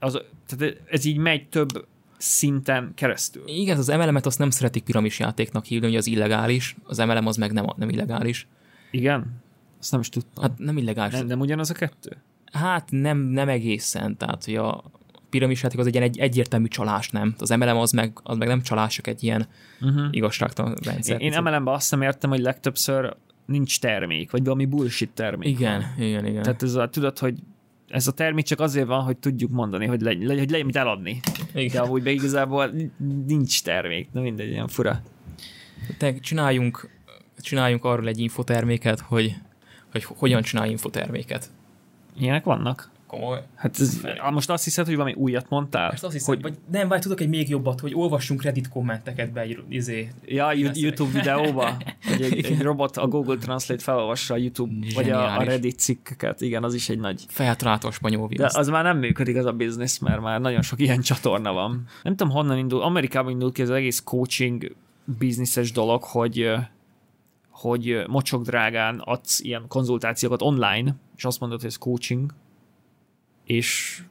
B: az, tehát ez így megy több szinten keresztül.
A: Igen, az em el em-et azt nem szeretik piramis játéknak hívni, hogy az illegális, az em el em az meg nem, nem illegális.
B: Igen? Azt nem is tudtam.
A: Hát nem illegális.
B: Nem, nem ugyanaz a kettő?
A: Hát nem, nem egészen, tehát hogy a piramis játék az egy ilyen egy, egyértelmű csalás, nem? Az em el em az meg, az meg nem csalás, csak egy ilyen uh-huh. igazságtalan rendszer.
B: Én, én em el em-ben azt nem értem, hogy legtöbbször nincs termék, vagy valami bullshit termék.
A: Igen,
B: van.
A: igen, igen.
B: Tehát ez a, tudod, hogy ez a termék csak azért van, hogy tudjuk mondani, hogy, legy, legy, hogy legyen mit eladni. Igen. De amúgy be igazából nincs termék. Na mindegy, ilyen fura.
A: Te csináljunk, csináljunk arról egy infoterméket, hogy, hogy hogyan csinálj infoterméket.
B: Ilyenek vannak?
A: Komoly.
B: Hát ez, most azt hiszed, hogy valami újat mondtál?
A: Most azt hiszem, hogy... vagy nem, vagy tudok egy még jobbat, hogy olvassunk Reddit kommenteket be egy izé.
B: Ja, YouTube videóba, hogy egy, egy robot a Google Translate felolvassa a YouTube, Zseniális. Vagy a, a Reddit cikkeket. Igen, az is egy nagy...
A: Feltalálta a spanyol viaszt.
B: De az már nem működik az a biznisz, mert már nagyon sok ilyen csatorna van. Nem tudom, honnan indul. Amerikában indult ki az egész coaching bizniszes dolog, hogy hogy mocsok drágán adsz ilyen konzultációkat online, és azt mondod, hogy ez coaching, és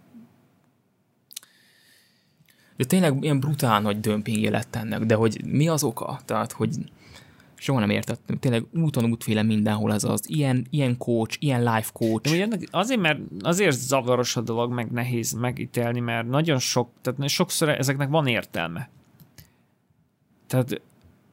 A: de tényleg ilyen brutál nagy dömpingje lett ennek, de hogy mi az oka? Tehát, hogy soha nem értettem. Tényleg úton útféle mindenhol ez az. Ilyen, ilyen coach, ilyen life coach.
B: De azért, mert azért zavaros a dolog, meg nehéz megítélni, mert nagyon sok, tehát sokszor ezeknek van értelme. Tehát,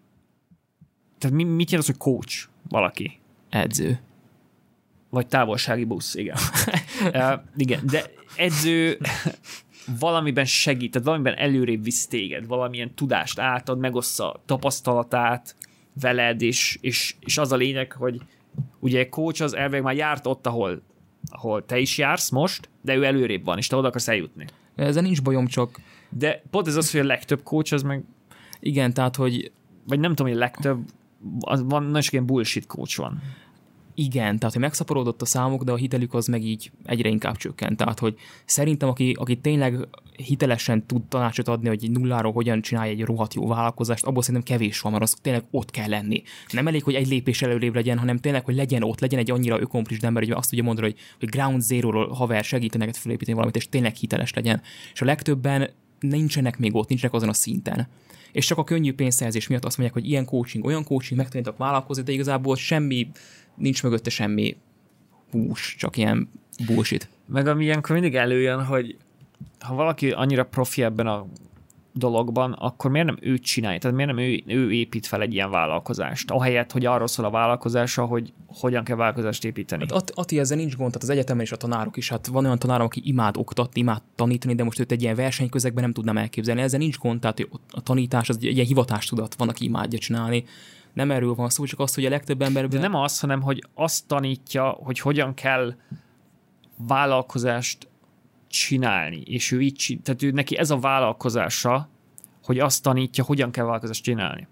B: tehát mi, mit jelent az, hogy coach valaki?
A: Edző.
B: Vagy távolsági busz, igen. uh, igen, de edző valamiben segít, tehát valamiben előrébb visz téged, valamilyen tudást átad, megossza tapasztalatát veled, és, és, és az a lényeg, hogy ugye egy coach az elvileg már járt ott, ahol, ahol te is jársz most, de ő előrébb van, és te oda akarsz eljutni.
A: Ezzel nincs bajom, csak...
B: De pont ez az, hogy a legtöbb coach az meg...
A: Igen, tehát, hogy...
B: Vagy nem tudom, hogy a legtöbb... Az van, nagyon sok ilyen bullshit coach van.
A: Igen, tehát hogy megszaporodott a számuk, de a hitelük az meg így egyre inkább csökkent. Tehát, hogy szerintem, aki, aki tényleg hitelesen tud tanácsot adni, hogy nulláról hogyan csinálj egy rohadt jó vállalkozást, abból szerintem kevés van, mert az tényleg ott kell lenni. Nem elég, hogy egy lépés előrébb legyen, hanem tényleg, hogy legyen ott, legyen egy annyira accomplished ember, hogy azt tudja mondani, hogy, hogy ground zero-ról haver segít neked felépíteni valamit, és tényleg hiteles legyen. És a legtöbben nincsenek még ott, nincsenek azon a szinten. És csak a könnyű pénzszerzés miatt azt mondják, hogy ilyen coaching, olyan coaching, megtanítok vállalkozni, de igazából semmi, nincs mögötte semmi hús, csak ilyen bullshit.
B: Meg ami ilyenkor mindig előjön, hogy ha valaki annyira profi ebben a dologban, akkor miért nem ő csinálja? Tehát miért nem ő, ő épít fel egy ilyen vállalkozást? Ahelyett, hogy arról szól a vállalkozása, hogy hogyan kell vállalkozást építeni.
A: Hát Ati, ezzel nincs gond, tehát az egyetemen is a tanárok is. Hát van olyan tanárom, aki imád oktatni, imád tanítani, de most őt egy ilyen versenyközegben nem tudnám elképzelni. Ezzel nincs gond, tehát a tanítás az egy ilyen hivatástudat, van, aki imádja csinálni. Nem erről van szó, csak az, hogy a legtöbb emberben...
B: De nem az, hanem hogy azt tanítja, hogy hogyan kell vállalkozást csinálni, és ő így, tehát ő neki ez a vállalkozása, hogy azt tanítja, hogyan kell vállalkozást csinálni.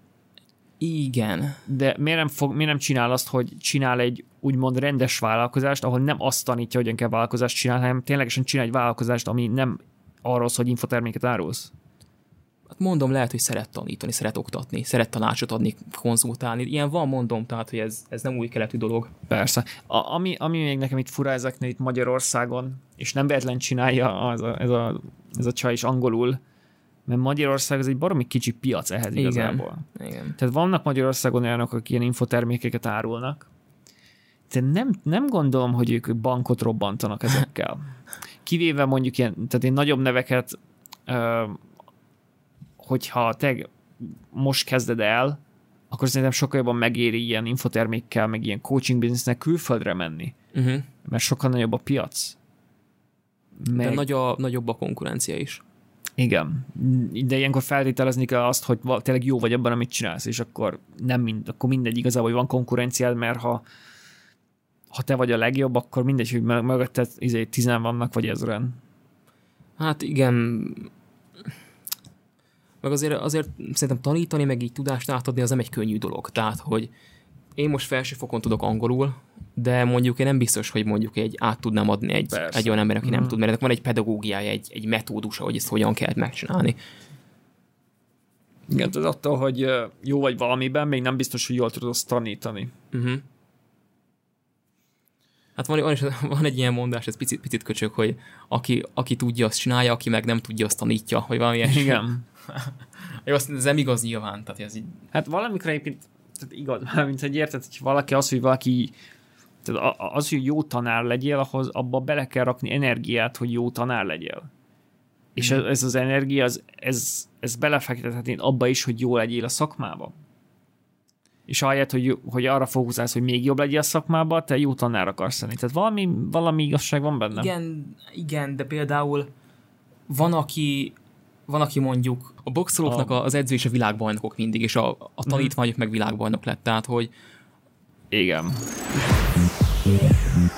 A: Igen.
B: De miért nem, fog, miért nem csinál azt, hogy csinál egy úgymond rendes vállalkozást, ahol nem azt tanítja, hogyan kell vállalkozást csinálni, hanem ténylegesen csinál egy vállalkozást, ami nem arról szól, hogy infoterméket árulsz.
A: Hát mondom, lehet, hogy szeret tanítani, szeret oktatni, szeret tanácsot adni, konzultálni. Ilyen van, mondom, tehát, hogy ez, ez nem új keletű dolog.
B: Persze. A, ami, ami még nekem itt fura ezeknél itt Magyarországon, és nem véletlen csinálja az a, ez, a, ez a csaj is angolul, mert Magyarország az egy baromi kicsi piac ehhez
A: Igen.
B: igazából.
A: Igen.
B: Tehát vannak Magyarországon olyanok, akik ilyen infotermékeket árulnak, de nem, nem gondolom, hogy ők bankot robbantanak ezekkel. Kivéve mondjuk ilyen, tehát én nagyobb neveket ö, hogyha te most kezded el, akkor szerintem sokkal jobban megéri ilyen infotermékkel, meg ilyen coaching businessnek külföldre menni. Uh-huh. Mert sokkal nagyobb a piac.
A: Meg... De nagy a, nagyobb a konkurencia is.
B: Igen. De ilyenkor feltételezni kell azt, hogy tényleg jó vagy abban, amit csinálsz, és akkor nem mind, akkor mindegy igazából, hogy van konkurenciád, mert ha, ha te vagy a legjobb, akkor mindegy, hogy mögötted izé, tizen vannak, vagy ezren.
A: Hát igen... Meg azért, azért szerintem tanítani, meg így tudást átadni, az nem egy könnyű dolog. Tehát, hogy én most felsőfokon tudok angolul, de mondjuk én nem biztos, hogy mondjuk egy át tudnám adni egy, egy olyan ember, aki nem mm. tud, mert van egy pedagógiája, egy, egy metódusa, hogy ezt hogyan kell megcsinálni.
B: Igen, tehát attól, hogy jó vagy valamiben, még nem biztos, hogy jól tudod azt tanítani.
A: Uh-huh. Hát van, van, van egy ilyen mondás, ez picit, picit köcsög, hogy aki, aki tudja, azt csinálja, aki meg nem tudja, azt tanítja, vagy valami ilyesmi.
B: Igen.
A: Jó, azt, ez nem igaz nyilván, tehát ez így...
B: Hát valamikor egyébként tehát igaz, mint hogy érted, hogy valaki az, hogy valaki tehát az, hogy jó tanár legyél, ahhoz abba bele kell rakni energiát, hogy jó tanár legyél. Mm. És ez, ez az energia, ez, ez, ez belefektethetni abba is, hogy jó legyél a szakmába. És ahelyett, hogy, hogy arra fókuszálsz, hogy még jobb legyél a szakmába, te jó tanár akarsz lenni. Tehát valami, valami igazság van benne.
A: Igen, igen, de például van, aki van, aki mondjuk a boxolóknak a... az edző és a világbajnokok mindig, és a, a tanítványok mm. meg világbajnok lett. Tehát, hogy
B: igen.